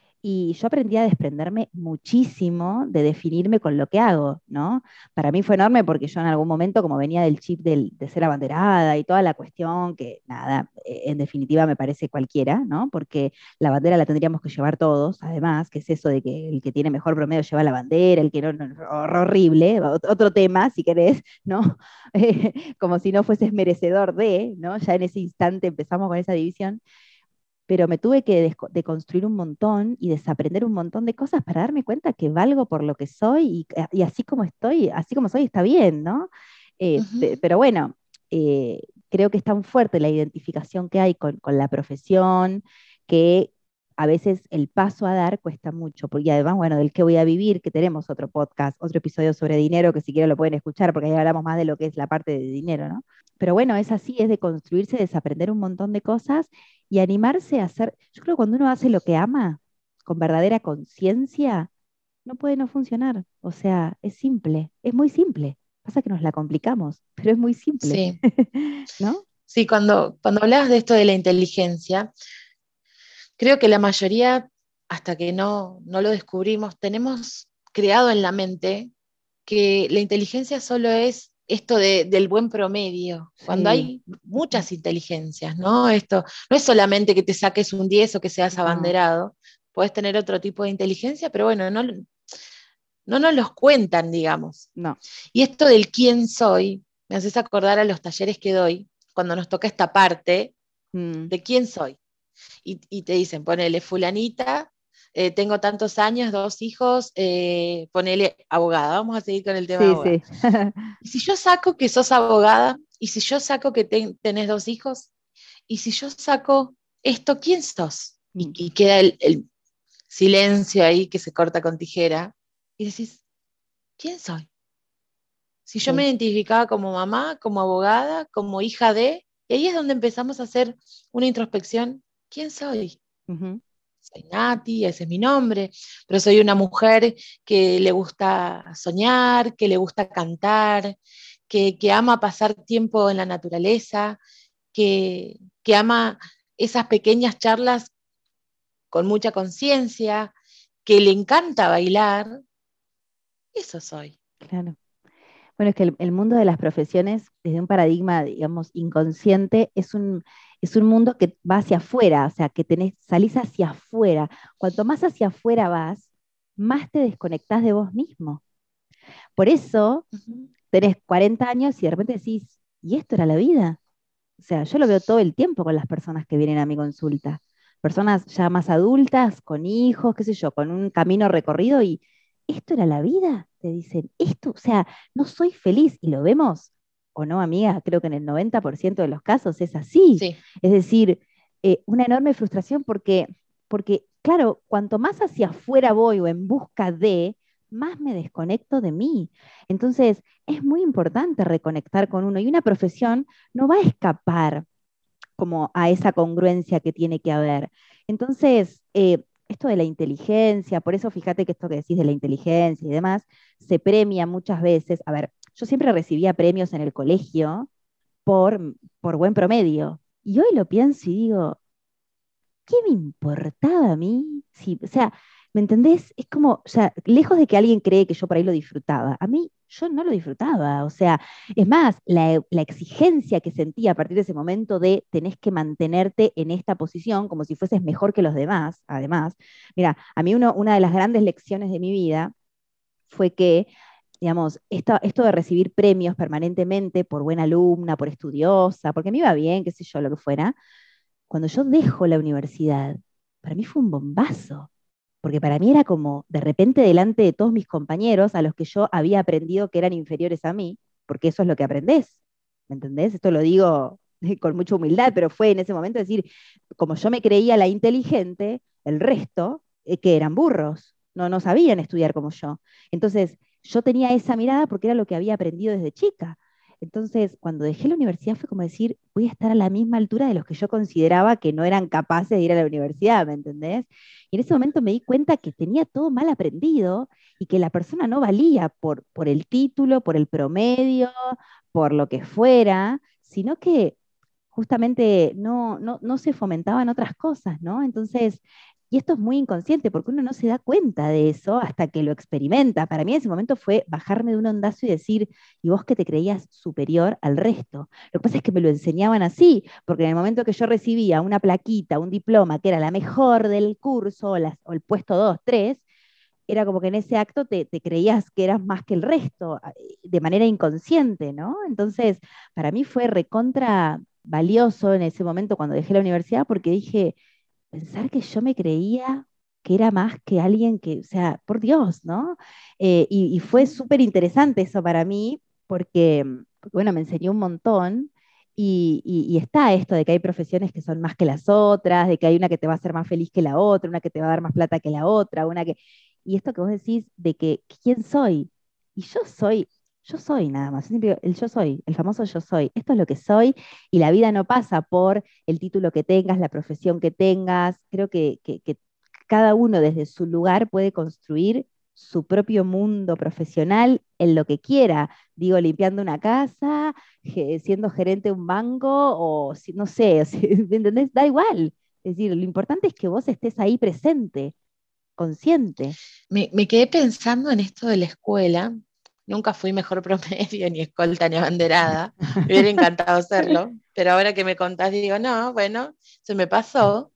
Y yo aprendí a desprenderme muchísimo de definirme con lo que hago, ¿no? Para mí fue enorme porque yo en algún momento, como venía del chip del- de ser abanderada y toda la cuestión, que nada, eh, en definitiva me parece cualquiera, ¿no? Porque la bandera la tendríamos que llevar todos, además, que es eso de que el que tiene mejor promedio lleva la bandera, el que no, no, hor- horrible, ot- otro tema, si querés, ¿no? Eh, como si no fueses merecedor de, ¿no? Ya en ese instante empezamos con esa división, pero me tuve que desco- deconstruir un montón y desaprender un montón de cosas para darme cuenta que valgo por lo que soy y, eh, y así como estoy, así como soy está bien, ¿no? Eh, pe- ujú. pero bueno, eh, creo que es tan fuerte la identificación que hay con, con la profesión que a veces el paso a dar cuesta mucho, porque además, bueno, del que voy a vivir, que tenemos otro podcast, otro episodio sobre dinero, que si quieren lo pueden escuchar, porque ahí hablamos más de lo que es la parte de dinero, ¿no? Pero bueno, es así, es de construirse, desaprender un montón de cosas y animarse a hacer, yo creo que cuando uno hace lo que ama con verdadera conciencia, no puede no funcionar. O sea, es simple, es muy simple. Pasa que nos la complicamos, pero es muy simple, Sí, ¿no? sí, cuando, cuando hablabas de esto de la inteligencia, creo que la mayoría, hasta que no, no lo descubrimos, tenemos creado en la mente que la inteligencia solo es esto de- del buen promedio, cuando Sí, hay muchas inteligencias, ¿no? Esto no es solamente que te saques un diez o que seas no, abanderado, puedes tener otro tipo de inteligencia, pero bueno, no, no nos los cuentan, digamos. no. Y esto del quién soy, me haces acordar a los talleres que doy, cuando nos toca esta parte Mm. de quién soy. Y, y te dicen, ponele fulanita, eh, tengo tantos años, dos hijos, eh, ponele abogada, vamos a seguir con el tema de Sí, abogada. sí. Y si yo saco que sos abogada, y si yo saco que ten- tenés dos hijos, y si yo saco esto, ¿quién sos? Y, Mm, y queda el, el silencio ahí que se corta con tijera, y decís, ¿quién soy? Si yo me sí. identificaba como mamá, como abogada, como hija de, y ahí es donde empezamos a hacer una introspección, ¿quién soy? Ujú. Soy Nati, ese es mi nombre, pero soy una mujer que le gusta soñar, que le gusta cantar, que, que ama pasar tiempo en la naturaleza, que, que ama esas pequeñas charlas con mucha conciencia, que le encanta bailar. Eso soy. Claro. Bueno, es que el, el mundo de las profesiones, desde un paradigma, digamos, inconsciente, es un, es un mundo que va hacia afuera, o sea, que tenés, salís hacia afuera. Cuanto más hacia afuera vas, más te desconectás de vos mismo. Por eso Ujú. tenés cuarenta años y de repente decís, ¿y esto era la vida? O sea, yo lo veo todo el tiempo con las personas que vienen a mi consulta. Personas ya más adultas, con hijos, qué sé yo, con un camino recorrido y ¿esto era la vida? Te dicen, esto, o sea, no soy feliz y lo vemos, o no, amiga, creo que en el noventa por ciento de los casos es así. Sí. Es decir, eh, una enorme frustración porque, porque, claro, cuanto más hacia afuera voy o en busca de, más me desconecto de mí. Entonces, es muy importante reconectar con uno y una profesión no va a escapar como a esa congruencia que tiene que haber. Entonces, eh, esto de la inteligencia, por eso fíjate que esto que decís de la inteligencia y demás, se premia muchas veces. A ver, yo siempre recibía premios en el colegio por, por buen promedio. Y hoy lo pienso y digo, ¿qué me importaba a mí? Sí, o sea, ¿me entendés? Es como, o sea, lejos de que alguien cree que yo por ahí lo disfrutaba, a mí yo no lo disfrutaba. O sea, es más, la, la exigencia que sentía a partir de ese momento de tenés que mantenerte en esta posición como si fueses mejor que los demás, además. Mira, a mí uno, una de las grandes lecciones de mi vida fue que, digamos, esto, esto de recibir premios permanentemente por buena alumna, por estudiosa, porque me iba bien, qué sé yo, lo que fuera, cuando yo dejo la universidad, para mí fue un bombazo, porque para mí era como de repente delante de todos mis compañeros a los que yo había aprendido que eran inferiores a mí, porque eso es lo que aprendés, ¿me entendés? Esto lo digo con mucha humildad, pero fue en ese momento decir, como yo me creía la inteligente, el resto, eh, que eran burros, no, no sabían estudiar como yo. Entonces, yo tenía esa mirada porque era lo que había aprendido desde chica. Entonces, cuando dejé la universidad fue como decir, voy a estar a la misma altura de los que yo consideraba que no eran capaces de ir a la universidad, ¿me entendés? Y en ese momento me di cuenta que tenía todo mal aprendido y que la persona no valía por, por el título, por el promedio, por lo que fuera, sino que justamente no, no, no se fomentaban otras cosas, ¿no? Entonces, y esto es muy inconsciente porque uno no se da cuenta de eso hasta que lo experimenta. Para mí en ese momento fue bajarme de un ondazo y decir, ¿y vos que te creías superior al resto? Lo que pasa es que me lo enseñaban así, porque en el momento que yo recibía una plaquita, un diploma que era la mejor del curso o, las- o el puesto dos, tres, era como que en ese acto te, te creías que eras más que el resto, a- de manera inconsciente, ¿no? Entonces, para mí fue recontra valioso en ese momento cuando dejé la universidad porque dije, pensar que yo me creía que era más que alguien que, o sea, por Dios, ¿no? Eh, y, y fue Ujú. súper interesante eso para mí porque, porque, bueno, me enseñó un montón. Y, y- y está esto de que hay profesiones que son más que las otras, de que hay una que te va a hacer más feliz que la otra, una que te va a dar más plata que la otra, una que... Y esto que vos decís de que, ¿quién soy? Y yo soy, yo soy nada más. Yo siempre digo, el yo soy, el famoso yo soy. Esto es lo que soy y la vida no pasa por el título que tengas, la profesión que tengas. Creo que, que- que cada uno desde su lugar puede construir su propio mundo profesional en lo que quiera. Digo, limpiando una casa, ge- siendo gerente de un banco o si- no sé, o sea, ¿me entendés? Da igual. Es decir, lo importante es que vos estés ahí presente, consciente. Me, me quedé pensando en esto de la escuela. Nunca fui mejor promedio, ni escolta, ni abanderada. Me hubiera encantado serlo, pero ahora que me contás, digo, no, bueno, se me pasó.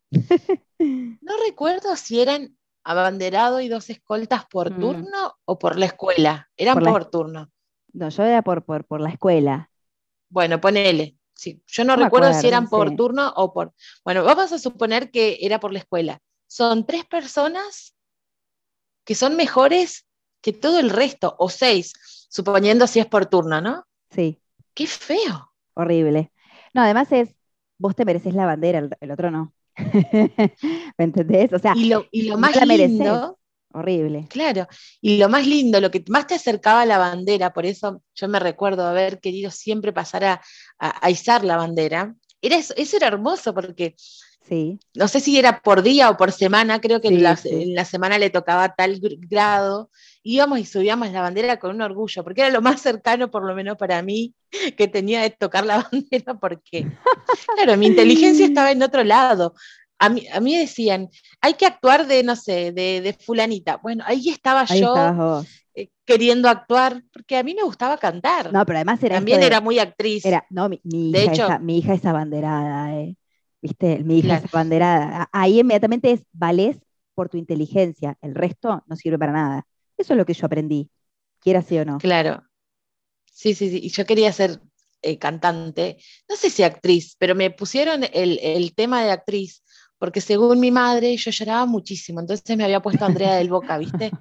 No recuerdo si eran abanderado y dos escoltas por Mm, turno o por la escuela. Eran por la, por turno. no, yo era por, por, por la escuela. Bueno, ponele. Sí, yo no No me recuerdo si acuerdo, eran por sí. turno o por... Bueno, vamos a suponer que era por la escuela. son tres personas que son mejores que todo el resto, o seis, suponiendo si es por turno, ¿no? Sí, ¡Qué feo! horrible. No, además es, vos te mereces la bandera, el, el otro no. ¿Me entendés? O sea, Y lo, y lo no más la mereces. lindo, Horrible. claro, y lo más lindo, lo que más te acercaba a la bandera, por eso yo me recuerdo haber querido siempre pasar a, a, a izar la bandera, era eso, eso era hermoso porque Sí, no sé si era por día o por semana, creo que en sí, la, sí. en la semana le tocaba tal grado, íbamos y subíamos la bandera con un orgullo, porque era lo más cercano, por lo menos para mí, que tenía de tocar la bandera, porque, claro, mi inteligencia estaba en otro lado. A mí, a mí decían, hay que actuar de, no sé, de, de fulanita. Bueno, ahí estaba Ahí estabas yo vos. eh, queriendo actuar, porque a mí me gustaba cantar. No, pero además era esto También de, era muy actriz. era, no, mi, mi De hija esa, hecho, mi hija es abanderada, ¿eh? ¿Viste? Mi hija es claro, abanderada. A- Ahí inmediatamente es, valés por tu inteligencia, el resto no sirve para nada. Eso es lo que yo aprendí, quiera sí o no. claro. Sí, sí, sí. Y yo quería ser eh, cantante, no sé si actriz, pero me pusieron el, el tema de actriz, porque según mi madre yo lloraba muchísimo, entonces me había puesto Andrea del Boca, ¿viste?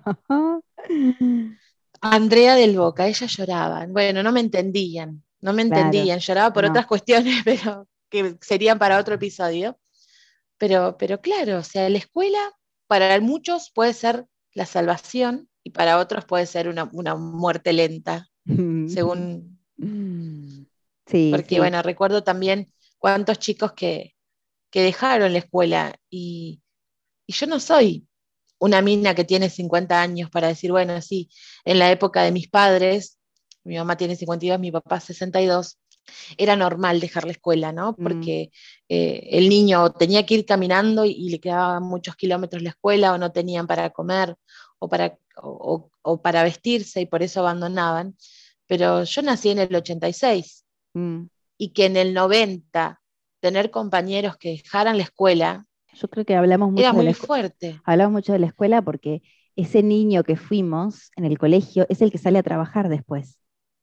Andrea del Boca, ella lloraba. Bueno, no me entendían, no me Claro, entendían, lloraba por no. otras cuestiones, pero que serían para otro episodio. Pero, pero claro, o sea, la escuela para muchos puede ser la salvación y para otros puede ser una, una muerte lenta, según. Sí, Porque sí. bueno, recuerdo también cuántos chicos que, que dejaron la escuela y, y yo no soy una mina que tiene cincuenta años para decir, bueno, sí, en la época de mis padres, mi mamá tiene cincuenta y dos, mi papá sesenta y dos, era normal dejar la escuela, ¿no? Mm, Porque eh, el niño tenía que ir caminando y, y le quedaban muchos kilómetros la escuela o no tenían para comer o para, o, o- o para vestirse y por eso abandonaban. Pero yo nací en el ochenta y seis mm. y que en el noventa tener compañeros que dejaran la escuela Yo creo que hablamos era mucho de la muy escu- fuerte, hablamos mucho de la escuela porque ese niño que fuimos en el colegio es el que sale a trabajar después.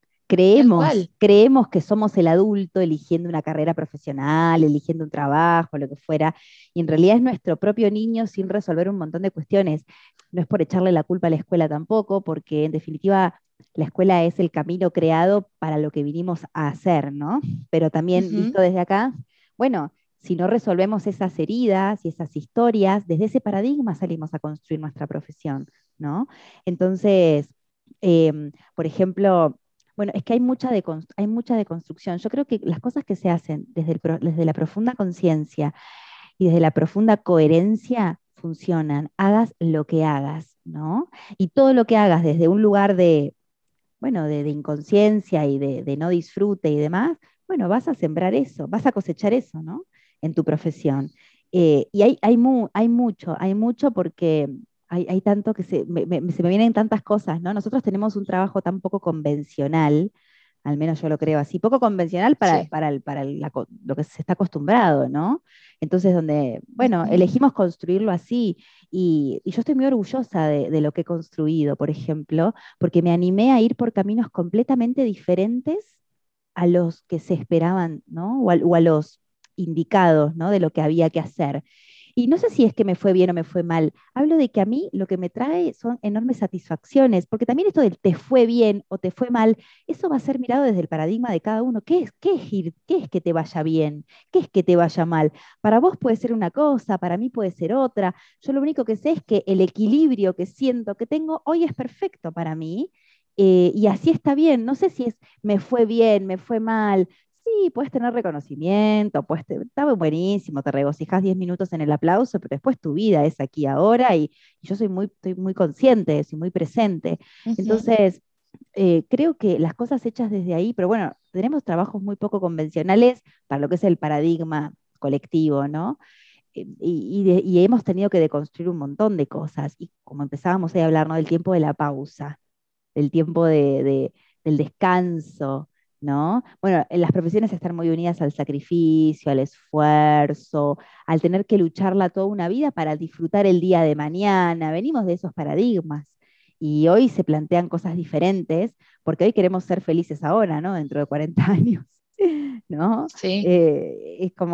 tal Creemos, cual. creemos que somos el adulto eligiendo una carrera profesional, eligiendo un trabajo, lo que fuera, y en realidad es nuestro propio niño sin resolver un montón de cuestiones. No es por echarle la culpa a la escuela tampoco, porque en definitiva la escuela es el camino creado para lo que vinimos a hacer, ¿no? Pero también Ujú. visto desde acá, bueno, si no resolvemos esas heridas y esas historias, desde ese paradigma salimos a construir nuestra profesión, ¿no? Entonces, em, por ejemplo, bueno, es que hay mucha, decon- hay mucha deconstrucción. Yo creo que las cosas que se hacen desde, el pro- desde la profunda conciencia y desde la profunda coherencia funcionan, hagas lo que hagas, ¿no? Y todo lo que hagas desde un lugar de, bueno, de, de inconsciencia y de, de no disfrute y demás, bueno, vas a sembrar eso, vas a cosechar eso, ¿no? En tu profesión. Eh, y hay, hay, mu- hay mucho, hay mucho porque hay, hay tanto que se me, me- se me vienen tantas cosas, ¿no? Nosotros tenemos un trabajo tan poco convencional, al menos yo lo creo así, poco convencional para, Sí. para, el- para el- la co- lo que se está acostumbrado, ¿no? Entonces, donde, bueno, Ujú. elegimos construirlo así y, y yo estoy muy orgullosa de, de lo que he construido, por ejemplo, porque me animé a ir por caminos completamente diferentes a los que se esperaban, ¿no? O a, o a los indicados, ¿no? De lo que había que hacer. Y no sé si es que me fue bien o me fue mal. Hablo de que a mí lo que me trae son enormes satisfacciones, porque también esto del te fue bien o te fue mal, eso va a ser mirado desde el paradigma de cada uno. ¿Qué es, qué es ir, qué es que te vaya bien? ¿Qué es que te vaya mal? Para vos puede ser una cosa, para mí puede ser otra. Yo lo único que sé es que el equilibrio que siento que tengo hoy es perfecto para mí. Eh, y así está bien. No sé si es me fue bien, me fue mal. Sí, puedes tener reconocimiento, puedes te- está buenísimo, te regocijas diez minutos en el aplauso, pero después tu vida es aquí ahora y, y yo soy muy, estoy muy consciente de eso y muy presente. Ujú. Entonces, eh, creo que las cosas hechas desde ahí, pero bueno, tenemos trabajos muy poco convencionales para lo que es el paradigma colectivo, ¿no? Eh, Y, y de- y hemos tenido que deconstruir un montón de cosas. Y como empezábamos ahí a hablar, ¿no? Del tiempo de la pausa, del tiempo de, de- del descanso, ¿no? Bueno, en las profesiones están muy unidas al sacrificio, al esfuerzo, al tener que lucharla toda una vida para disfrutar el día de mañana. Venimos de esos paradigmas. Y hoy se plantean cosas diferentes, porque hoy queremos ser felices ahora, ¿no? Dentro de cuarenta años, ¿no? Sí. Eh, es como,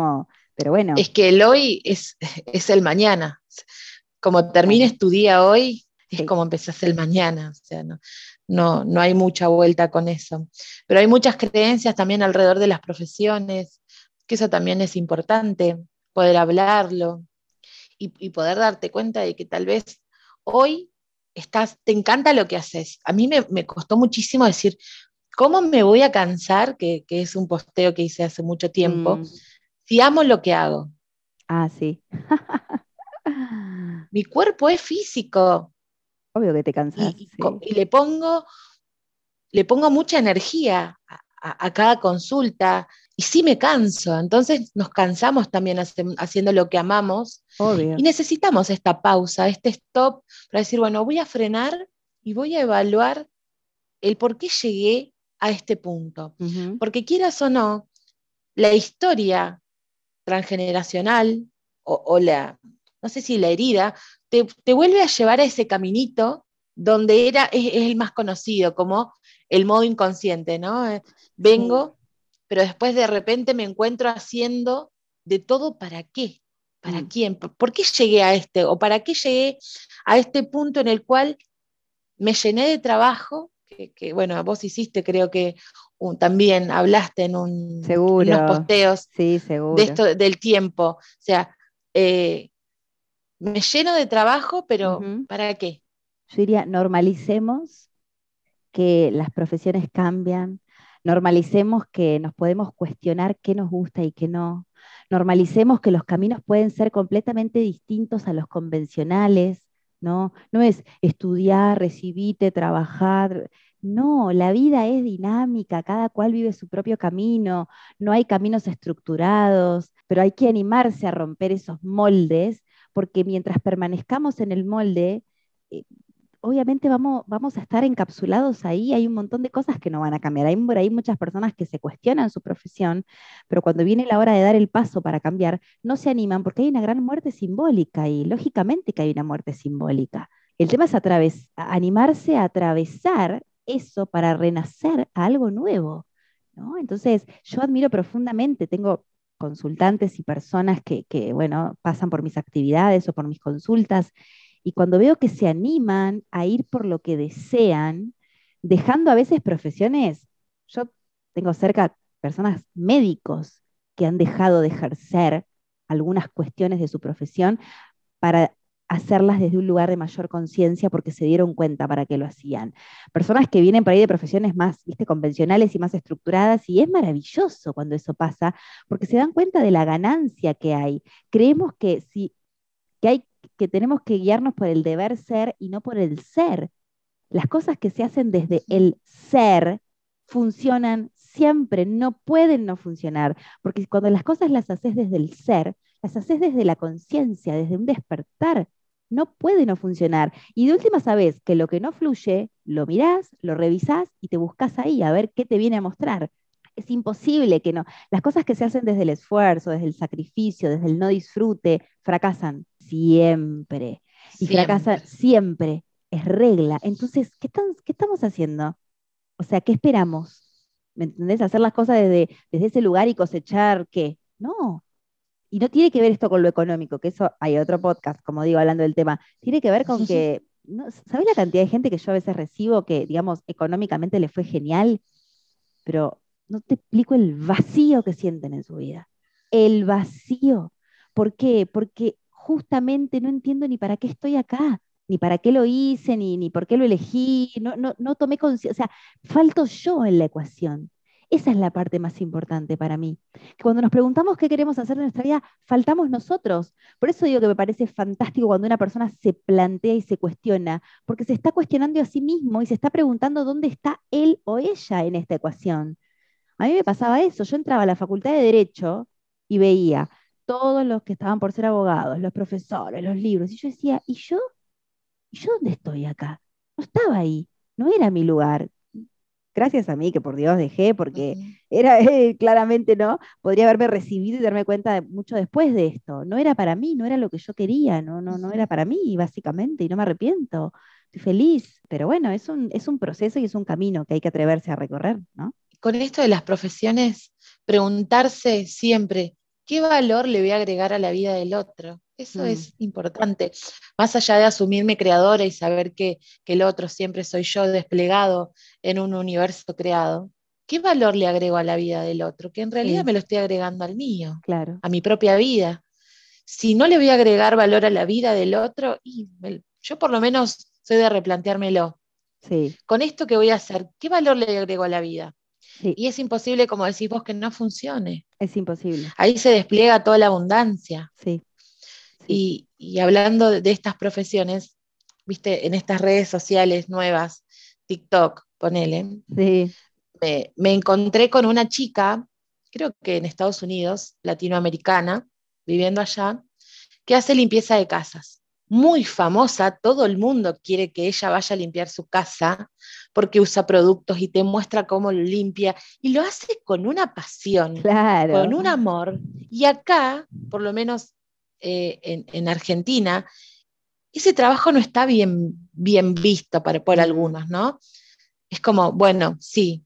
Pero bueno. Es que el hoy es, es el mañana. Como termines tu día hoy, es Sí. como empezás el mañana. O sea, no, no, no hay mucha vuelta con eso. Pero hay muchas creencias también alrededor de las profesiones, que eso también es importante, poder hablarlo y, y poder darte cuenta de que tal vez hoy estás, te encanta lo que haces. A mí me, me costó muchísimo decir, ¿cómo me voy a cansar? Que, que es un posteo que hice hace mucho tiempo, Mm, si amo lo que hago. ah, sí. Mi cuerpo es físico Obvio que te cansás, y, y, sí. y le, pongo, le pongo mucha energía a, a, a, cada consulta y sí me canso. Entonces nos cansamos también hace, haciendo lo que amamos y Obvio. necesitamos esta pausa, este stop para decir, bueno, voy a frenar y voy a evaluar el por qué llegué a este punto. Ujú. Porque quieras o no, la historia transgeneracional o, o la, no sé si la herida, te, te, vuelve a llevar a ese caminito donde era, es, es, el más conocido, como el modo inconsciente, ¿no? Eh, Sí. vengo, pero después de repente me encuentro haciendo de todo para qué, para Mm. quién, por, por qué llegué a este, o para qué llegué a este punto en el cual me llené de trabajo, que, que bueno, vos hiciste, creo que un, también hablaste en, un, en unos Seguro. posteos Sí, de seguro. esto, del tiempo. O sea, eh, me lleno de trabajo, pero Ujú. ¿para qué? Yo diría, normalicemos que las profesiones cambian, normalicemos que nos podemos cuestionar qué nos gusta y qué no, normalicemos que los caminos pueden ser completamente distintos a los convencionales, ¿no? No es estudiar, recibirte, trabajar. No, la vida es dinámica, cada cual vive su propio camino, no hay caminos estructurados, pero hay que animarse a romper esos moldes, porque mientras permanezcamos en el molde, eh, obviamente vamos, vamos a estar encapsulados ahí, hay un montón de cosas que no van a cambiar. Hay por ahí muchas personas que se cuestionan su profesión, pero cuando viene la hora de dar el paso para cambiar, no se animan porque hay una gran muerte simbólica y lógicamente que hay una muerte simbólica. El tema es atraves- a- animarse a atravesar eso para renacer a algo nuevo, ¿no? Entonces, yo admiro profundamente, tengo consultantes y personas que, que, bueno, pasan por mis actividades o por mis consultas y cuando veo que se animan a ir por lo que desean, dejando a veces profesiones, yo tengo cerca personas médicos que han dejado de ejercer algunas cuestiones de su profesión para hacerlas desde un lugar de mayor conciencia porque se dieron cuenta para qué lo hacían. Personas que vienen por ahí de profesiones más, viste, convencionales y más estructuradas, y es maravilloso cuando eso pasa, porque se dan cuenta de la ganancia que hay. Creemos que si que hay que tenemos que guiarnos por el deber ser y no por el ser. Las cosas que se hacen desde el ser funcionan siempre, no pueden no funcionar, porque cuando las cosas las haces desde el ser, las haces desde la conciencia, desde un despertar, no puede no funcionar. Y de última sabes que lo que no fluye, lo mirás, lo revisás y te buscas ahí a ver qué te viene a mostrar. Es imposible que no. Las cosas que se hacen desde el esfuerzo, desde el sacrificio, desde el no disfrute, fracasan siempre. Y fracasan Siempre. siempre. Es regla. Entonces, ¿qué, tan- qué estamos haciendo? O sea, ¿qué esperamos? ¿Me entendés? Hacer las cosas desde, desde ese lugar y cosechar, ¿qué? No. Y no tiene que ver esto con lo económico, que eso hay otro podcast, como digo, hablando del tema. Tiene que ver con que, no, ¿sabés la cantidad de gente que yo a veces recibo que, digamos, económicamente le fue genial, pero no te explico el vacío que sienten en su vida? El vacío. ¿Por qué? Porque justamente no entiendo ni para qué estoy acá, ni para qué lo hice, ni, ni por qué lo elegí, no, no, no tomé conciencia, o sea, falto yo en la ecuación. Esa es la parte más importante para mí. Que cuando nos preguntamos qué queremos hacer en nuestra vida, faltamos nosotros. Por eso digo que me parece fantástico cuando una persona se plantea y se cuestiona, porque se está cuestionando a sí mismo y se está preguntando dónde está él o ella en esta ecuación. A mí me pasaba eso, yo entraba a la facultad de Derecho y veía todos los que estaban por ser abogados, los profesores, los libros, y yo decía, ¿y yo? ¿Y yo dónde estoy acá? No estaba ahí, no era mi lugar. Gracias a mí, que por Dios dejé, porque Ujú. era eh, claramente no, podría haberme recibido y darme cuenta de mucho después de esto. No era para mí, no era lo que yo quería, no, no, no era para mí, básicamente, y no me arrepiento. Estoy feliz, pero bueno, es un, es un proceso y es un camino que hay que atreverse a recorrer, ¿no? Con esto de las profesiones, preguntarse siempre, ¿qué valor le voy a agregar a la vida del otro? Eso Mm, es importante. Más allá de asumirme creadora y saber que, que el otro siempre soy yo desplegado en un universo creado, ¿qué valor le agrego a la vida del otro? Que en realidad sí, me lo estoy agregando al mío, claro, a mi propia vida. Si no le voy a agregar valor a la vida del otro, y me- yo por lo menos soy de replanteármelo. sí, Con esto que voy a hacer, ¿qué valor le agrego a la vida? sí, Y es imposible, como decís vos, que no funcione. es imposible, Ahí se despliega toda la abundancia. sí, sí, Y, y hablando de, de estas profesiones, viste, en estas redes sociales nuevas, TikTok, ponele, sí, me, me encontré con una chica, creo que en Estados Unidos, latinoamericana, viviendo allá, que hace limpieza de casas. Muy famosa, todo el mundo quiere que ella vaya a limpiar su casa porque usa productos y te muestra cómo lo limpia y lo hace con una pasión, claro, con un amor. Y acá, por lo menos eh, en, en, Argentina, ese trabajo no está bien, bien visto para, por mm, algunos, ¿no? Es como, bueno, sí.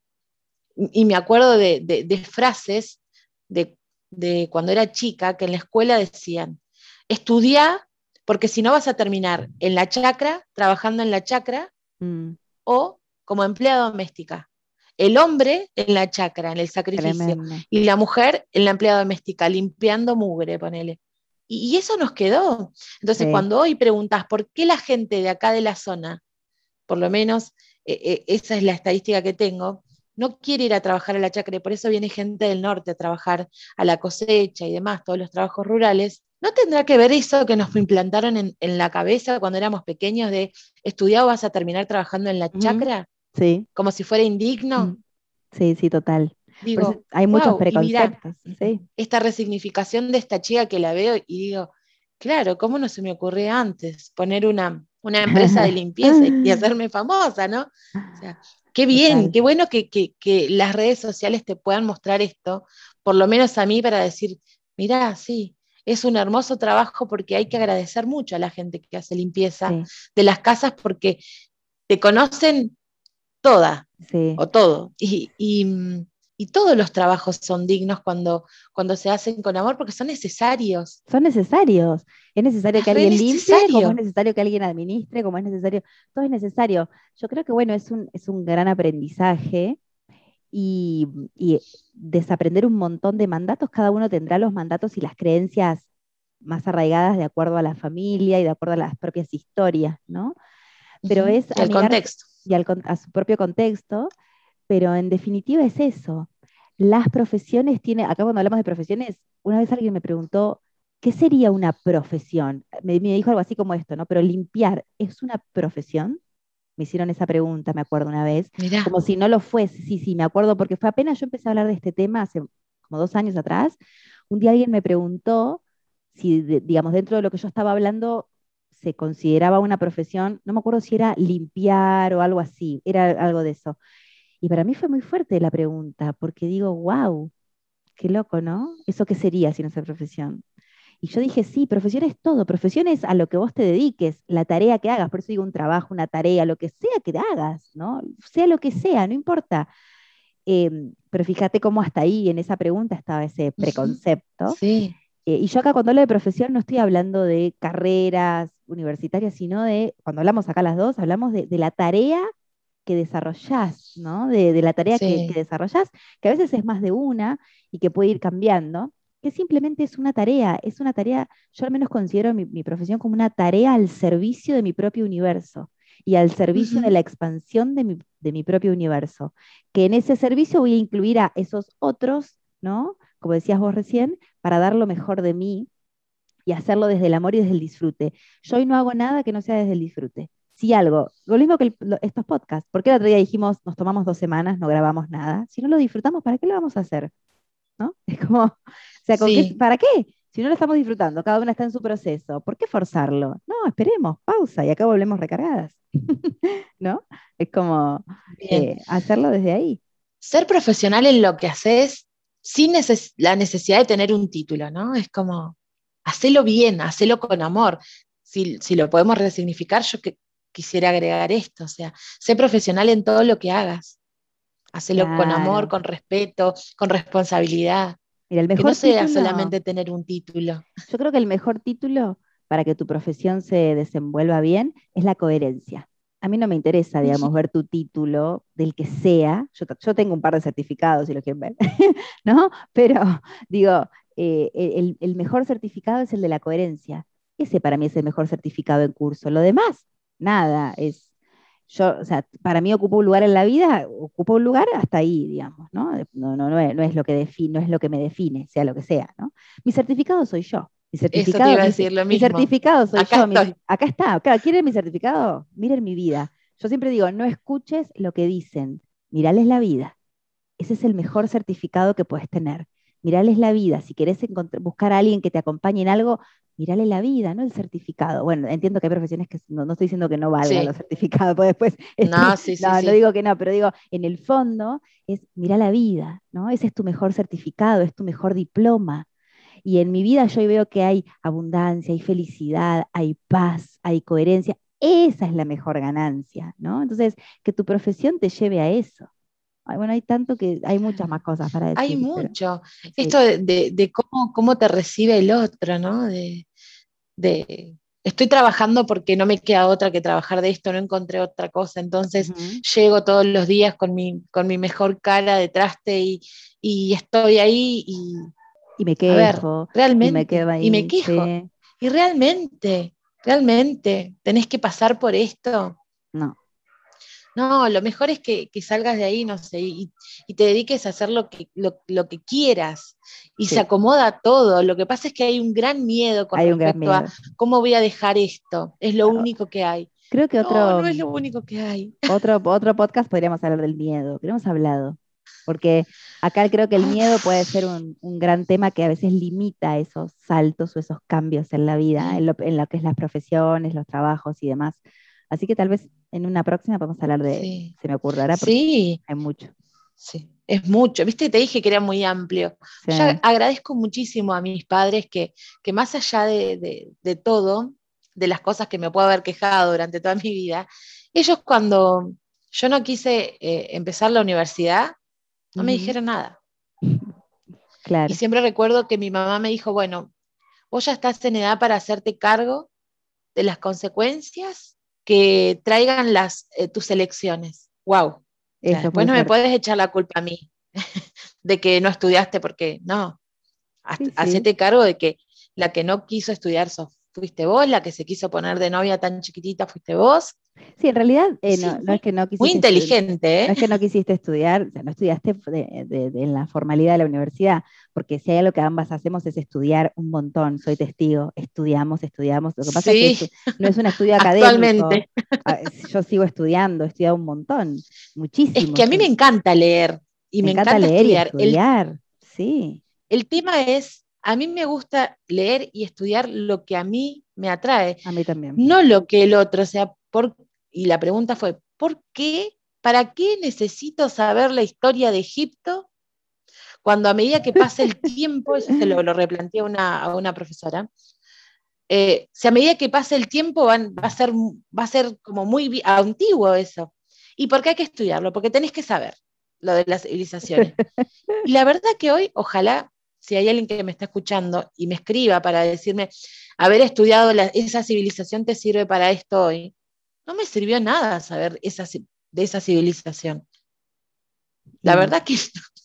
Y me acuerdo de, de, de frases de, de cuando era chica que en la escuela decían, estudia porque si no vas a terminar en la chacra, trabajando en la chacra mm, o como empleada doméstica. El hombre en la chacra, en el sacrificio, tremendo, y la mujer en la empleada doméstica, limpiando mugre, ponele. Y, y eso nos quedó. Entonces, sí, cuando hoy preguntas por qué la gente de acá de la zona, por lo menos eh, eh, esa es la estadística que tengo, no quiere ir a trabajar a la chacra y por eso viene gente del norte a trabajar a la cosecha y demás, todos los trabajos rurales, ¿no tendrá que ver eso que nos implantaron en, en la cabeza cuando éramos pequeños de estudiado vas a terminar trabajando en la ujú, chacra? sí, Como si fuera mm, indigno. sí, sí, total. Por eso Digo, hay muchos wow, y mira, preconceptos, sí, esta resignificación de esta chica que la veo y digo, claro, ¿cómo no se me ocurrió antes poner una, una empresa de limpieza y, y hacerme famosa, ¿no? O sea, qué bien, total, qué bueno que, que, que las redes sociales te puedan mostrar esto, por lo menos a mí para decir, mirá, sí, es un hermoso trabajo porque hay que agradecer mucho a la gente que hace limpieza sí, de las casas porque te conocen toda sí. o todo. Y, y, y todos los trabajos son dignos cuando, cuando se hacen con amor porque son necesarios. Son necesarios. Es necesario que Es re alguien limpie, como es necesario. necesario que alguien administre, como es necesario, todo es necesario. Yo creo que, bueno, es un, es un gran aprendizaje y, y desaprender un montón de mandatos. Cada uno tendrá los mandatos y las creencias más arraigadas de acuerdo a la familia y de acuerdo a las propias historias, ¿no? Pero Ujú. es Y el amigarse contexto. y al con- a su propio contexto, pero en definitiva es eso. Las profesiones tienen, acá cuando hablamos de profesiones, una vez alguien me preguntó, ¿qué sería una profesión? Me, me dijo algo así como esto, ¿no? Pero limpiar, ¿es una profesión? Me hicieron esa pregunta, me acuerdo una vez, Mirá. como si no lo fuese. Sí, sí, me acuerdo, porque fue apenas yo empecé a hablar de este tema hace como dos años atrás. Un día alguien me preguntó si, de- digamos, dentro de lo que yo estaba hablando, se consideraba una profesión, no me acuerdo si era limpiar o algo así, era algo de eso. Y para mí fue muy fuerte la pregunta, porque digo, wow, qué loco, ¿no? ¿Eso qué sería si no es profesión? Y yo dije, sí, profesión es todo, profesión es a lo que vos te dediques, la tarea que hagas, por eso digo un trabajo, una tarea, lo que sea que hagas, ¿no? Sea lo que sea, no importa. Em, pero fíjate cómo hasta ahí en esa pregunta estaba ese Ujú. preconcepto. Sí. Eh, y yo acá cuando hablo de profesión no estoy hablando de carreras universitarias, sino de, cuando hablamos acá las dos, hablamos de, de la tarea que desarrollás, ¿no? De, de la tarea que, que Sí. desarrollás, que a veces es más de una y que puede ir cambiando, que simplemente es una tarea, es una tarea, yo al menos considero mi, mi profesión como una tarea al servicio de mi propio universo y al servicio de Ujú. la expansión de mi, de mi propio universo, que en ese servicio voy a incluir a esos otros, ¿no? Como decías vos recién, para dar lo mejor de mí y hacerlo desde el amor y desde el disfrute. Yo hoy no hago nada que no sea desde el disfrute. Si algo, lo mismo que el- lo- estos podcasts, porque el otro día dijimos, nos tomamos dos semanas, no grabamos nada. Si no lo disfrutamos, ¿para qué lo vamos a hacer? ¿No? Es como, o sea, ¿con qué, Sí. ¿para qué? Si no lo estamos disfrutando, cada una está en su proceso, ¿por qué forzarlo? No, esperemos, pausa y acá volvemos recargadas, ¿no? Es como Bien. eh, hacerlo desde ahí. Ser profesional en lo que haces sin neces la necesidad de tener un título, ¿no? Es como, hacelo bien, hacelo con amor. Si, si lo podemos resignificar, yo que, quisiera agregar esto, o sea, sé profesional en todo lo que hagas. Hacelo con amor, Claro, con respeto, con responsabilidad. Mira, el Que no mejor sea título, solamente tener un título. yo creo que el mejor título para que tu profesión se desenvuelva bien es la coherencia. A mí no me interesa, digamos, ver tu título del que sea. Yo, yo tengo un par de certificados, si lo quieren ver, ¿no? Pero digo, eh, el, el mejor certificado es el de la coherencia. Ese para mí es el mejor certificado en curso. Lo demás, nada, es, yo, o sea, para mí ocupa un lugar en la vida, ocupa un lugar hasta ahí, digamos, ¿no? No, no, no es, no es lo que define, no es lo que me define, sea lo que sea, ¿no? Mi certificado soy yo. Mi Eso te certificado, iba a mi, decir lo mi mismo. certificado soy Acá yo. Mi- estoy. acá está. Claro, ¿quieren mi certificado? Miren mi vida. Yo siempre digo, no escuches lo que dicen, mirales la vida. Ese es el mejor certificado que puedes tener. Mirales la vida. Si querés encontr- buscar a alguien que te acompañe en algo, mirale la vida, no el certificado. Bueno, entiendo que hay profesiones que no, no estoy diciendo que no valgan los Sí. certificados, pues después, este, No, sí, sí, no, no sí. digo que no, pero digo, en el fondo es mira la vida, ¿no? Ese es tu mejor certificado, es tu mejor diploma. Y en mi vida yo veo que hay abundancia, hay felicidad, hay paz, hay coherencia. Esa es la mejor ganancia, ¿no? Entonces, que tu profesión te lleve a eso. Ay, bueno, hay tanto que hay muchas más cosas para Hay decir, pero mucho. sí. Esto de, de- de cómo, cómo te recibe el otro, ¿no? De, de estoy trabajando porque no me queda otra que trabajar de esto, no encontré otra cosa, entonces Ujú. llego todos los días con mi, con mi mejor cara de traste y, y estoy ahí y, Y me a ver, quejo, y me quedo realmente, y me ahí, quejo, sí. y realmente, realmente, tenés que pasar por esto. No, No, lo mejor es que, que salgas de ahí, no sé, y, y te dediques a hacer lo que, lo, lo que quieras. Y se sí, acomoda todo. Lo que pasa es que hay un gran miedo con hay un gran respecto a miedo. cómo voy a dejar esto. Es lo Ah, único que hay. creo que No, otro, no es lo único que hay. otro, otro podcast podríamos hablar del miedo, que no hemos hablado, porque acá creo que el Ay, miedo puede ser un, un gran tema que a veces limita esos saltos o esos cambios en la vida, en lo, en lo que es las profesiones, los trabajos y demás. Así que tal vez en una próxima podemos hablar de, sí, se me ocurrirá porque sí, hay mucho. sí. Es mucho. Viste, te dije que era muy amplio. Sí, Yo agradezco muchísimo a mis padres que, que más allá de, de, de todo, de las cosas que me puedo haber quejado durante toda mi vida, ellos cuando yo no quise eh, empezar la universidad, no me ujú, dijeron nada. Y claro, siempre recuerdo que mi mamá me dijo, bueno, vos ya estás en edad para hacerte cargo de las consecuencias que traigan las, eh, tus elecciones. Wow. O sea, eso es después muy no me fuerte. puedes echar la culpa a mí de que no estudiaste porque no, Sí, sí. hacete cargo de que la que no quiso estudiar sos, fuiste vos, la que se quiso poner de novia tan chiquitita fuiste vos. Sí, en realidad Y eh, no, sí, no es muy, que no muy quisiste estudiar, inteligente, no ¿eh? es que no quisiste estudiar, o sea, no estudiaste de, de- de- en la formalidad de la universidad, porque si hay algo que ambas hacemos es estudiar un montón, soy testigo, estudiamos, estudiamos. Lo que pasa es que Sí, es- no es un estudio académico, actualmente. ah, yo sigo estudiando, he estudiado un montón, Es muchísimo. que a mí Yo- me encanta leer y me me encanta encanta leer y estudiar. El, estudiar, sí, el tema es, a mí me gusta leer y estudiar lo que a mí me atrae, a mí también. no lo que el otro, o sea, por, y la pregunta fue, ¿por qué? ¿Para qué necesito saber la historia de Egipto cuando a medida que pasa el tiempo, eso se lo, lo replanteé a una, a una profesora, eh, si a medida que pasa el tiempo van, va, a ser, va a ser como muy antiguo eso? ¿Y por qué hay que estudiarlo? Porque tenés que saber lo de las civilizaciones. Y la verdad que hoy, ojalá, si hay alguien que me está escuchando y me escriba para decirme, haber estudiado la, esa civilización te sirve para esto hoy, no me sirvió nada saber esa, de esa civilización. Y La no. verdad que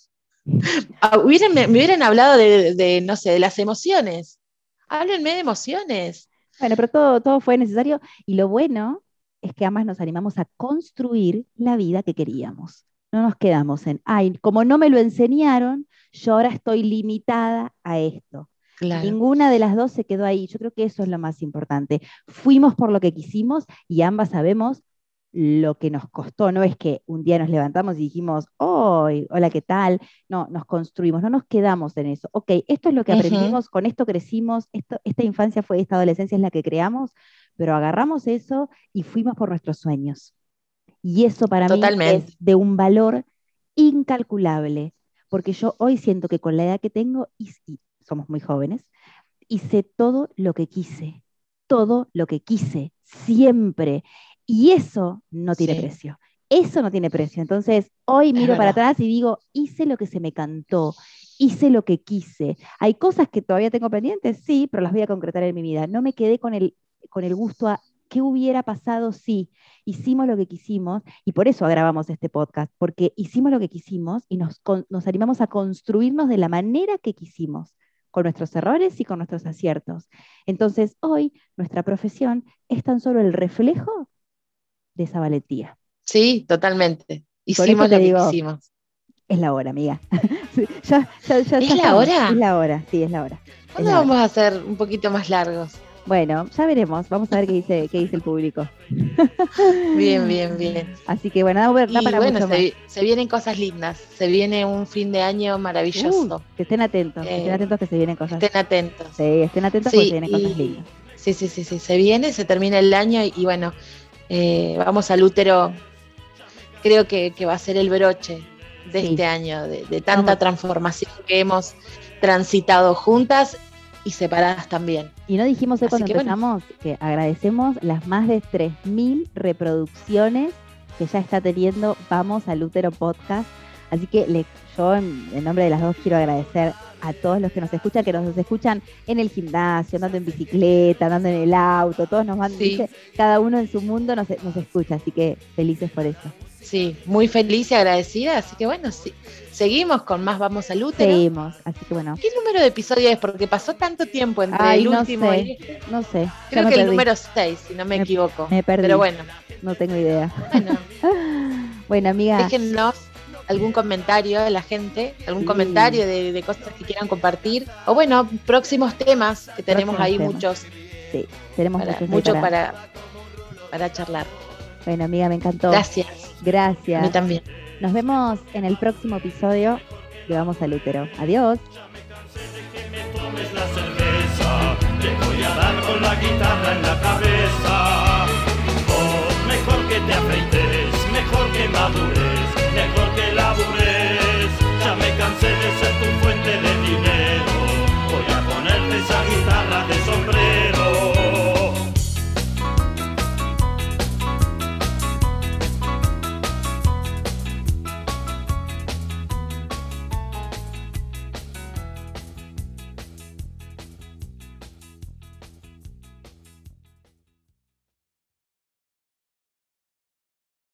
ah, hubieran, me, me hubieran hablado de, de, no sé, de las emociones. Háblenme de emociones. Bueno, pero todo, todo fue necesario y lo bueno es que ambas nos animamos a construir la vida que queríamos. No nos quedamos en, ay, como no me lo enseñaron, yo ahora estoy limitada a esto. Claro. Ninguna de las dos se quedó ahí. Yo creo que eso es lo más importante. Fuimos por lo que quisimos y ambas sabemos lo que nos costó. No es que un día nos levantamos y dijimos, hoy, hola, ¿qué tal? No, nos construimos, no nos quedamos en eso. Ok, esto es lo que Uh -huh. aprendimos, con esto crecimos, esto, esta infancia fue, esta adolescencia es la que creamos, pero agarramos eso y fuimos por nuestros sueños. Y eso para mí es Totalmente. de un valor incalculable, porque yo hoy siento que con la edad que tengo, y, y somos muy jóvenes, hice todo lo que quise, todo lo que quise, siempre. Y eso no tiene Sí, precio. Eso no tiene precio. Entonces, hoy es miro para verdad. atrás y digo, hice lo que se me cantó. hice lo que quise. Hay cosas que todavía tengo pendientes, sí, pero las voy a concretar en mi vida. No me quedé con el, con el gusto a qué hubiera pasado si hicimos lo que quisimos, y por eso grabamos este podcast, porque hicimos lo que quisimos y nos, con, nos animamos a construirnos de la manera que quisimos, con nuestros errores y con nuestros aciertos. Entonces, hoy nuestra profesión es tan solo el reflejo de esa valentía. Sí, totalmente. Y por eso Hicimos te lo que digo, quisimos. es la hora, amiga. Sí, ya, ya, ya, ¿Es ya la estamos. hora? Es la hora, sí, es la hora. Es ¿Cuándo la hora. vamos a hacer un poquito más largos? Bueno, ya veremos. Vamos a ver qué dice, qué dice el público. Bien, bien, bien. Así que bueno, da, da Y para bueno, mucho más. se, se vienen cosas lindas. Se viene un fin de año maravilloso. Uh, que estén atentos, Eh, que estén atentos que se vienen cosas. Estén atentos. Sí, estén atentos Sí, porque se vienen y- cosas lindas. Sí, sí, sí, sí. Se viene, se termina el año y, y bueno, eh, vamos al útero. Creo que, que va a ser el broche de Sí. este año, de, de tanta Vamos. transformación que hemos transitado juntas y separadas también. Y no dijimos hoy Así cuando que bueno. empezamos que agradecemos las más de tres mil reproducciones que ya está teniendo Vamos al Útero Podcast. Así que le, yo en, en nombre de las dos quiero agradecer a todos los que nos escuchan, que nos escuchan en el gimnasio, andando en bicicleta, andando en el auto, todos nos van, Sí. dice, cada uno en su mundo nos, nos escucha, así que felices por eso. Sí, muy feliz y agradecida. Así que bueno, sí, seguimos con más Vamos al Útero. Seguimos, así que bueno. ¿Qué número de episodio es? Porque pasó tanto tiempo entre Ay, el no último sé, y este. no sé. ya Creo me que el perdí, número seis, si no me, Me- equivoco. me perdí. Pero bueno, no tengo idea. bueno, Bueno, amiga, déjennos algún comentario a la gente, algún Sí. comentario de, de cosas que quieran compartir. O bueno, próximos temas, que tenemos Próximos ahí temas. muchos, sí, tenemos para, muchos ahí mucho para- para, para charlar. Bueno, amiga, me encantó. Gracias. A Gracias. mí también. Nos vemos en el próximo episodio de Vamos al Útero. Adiós. Que me tomes la cerveza, te voy a dar con la guitarra en la cabeza. Vos mejor que te afeites, mejor que madures.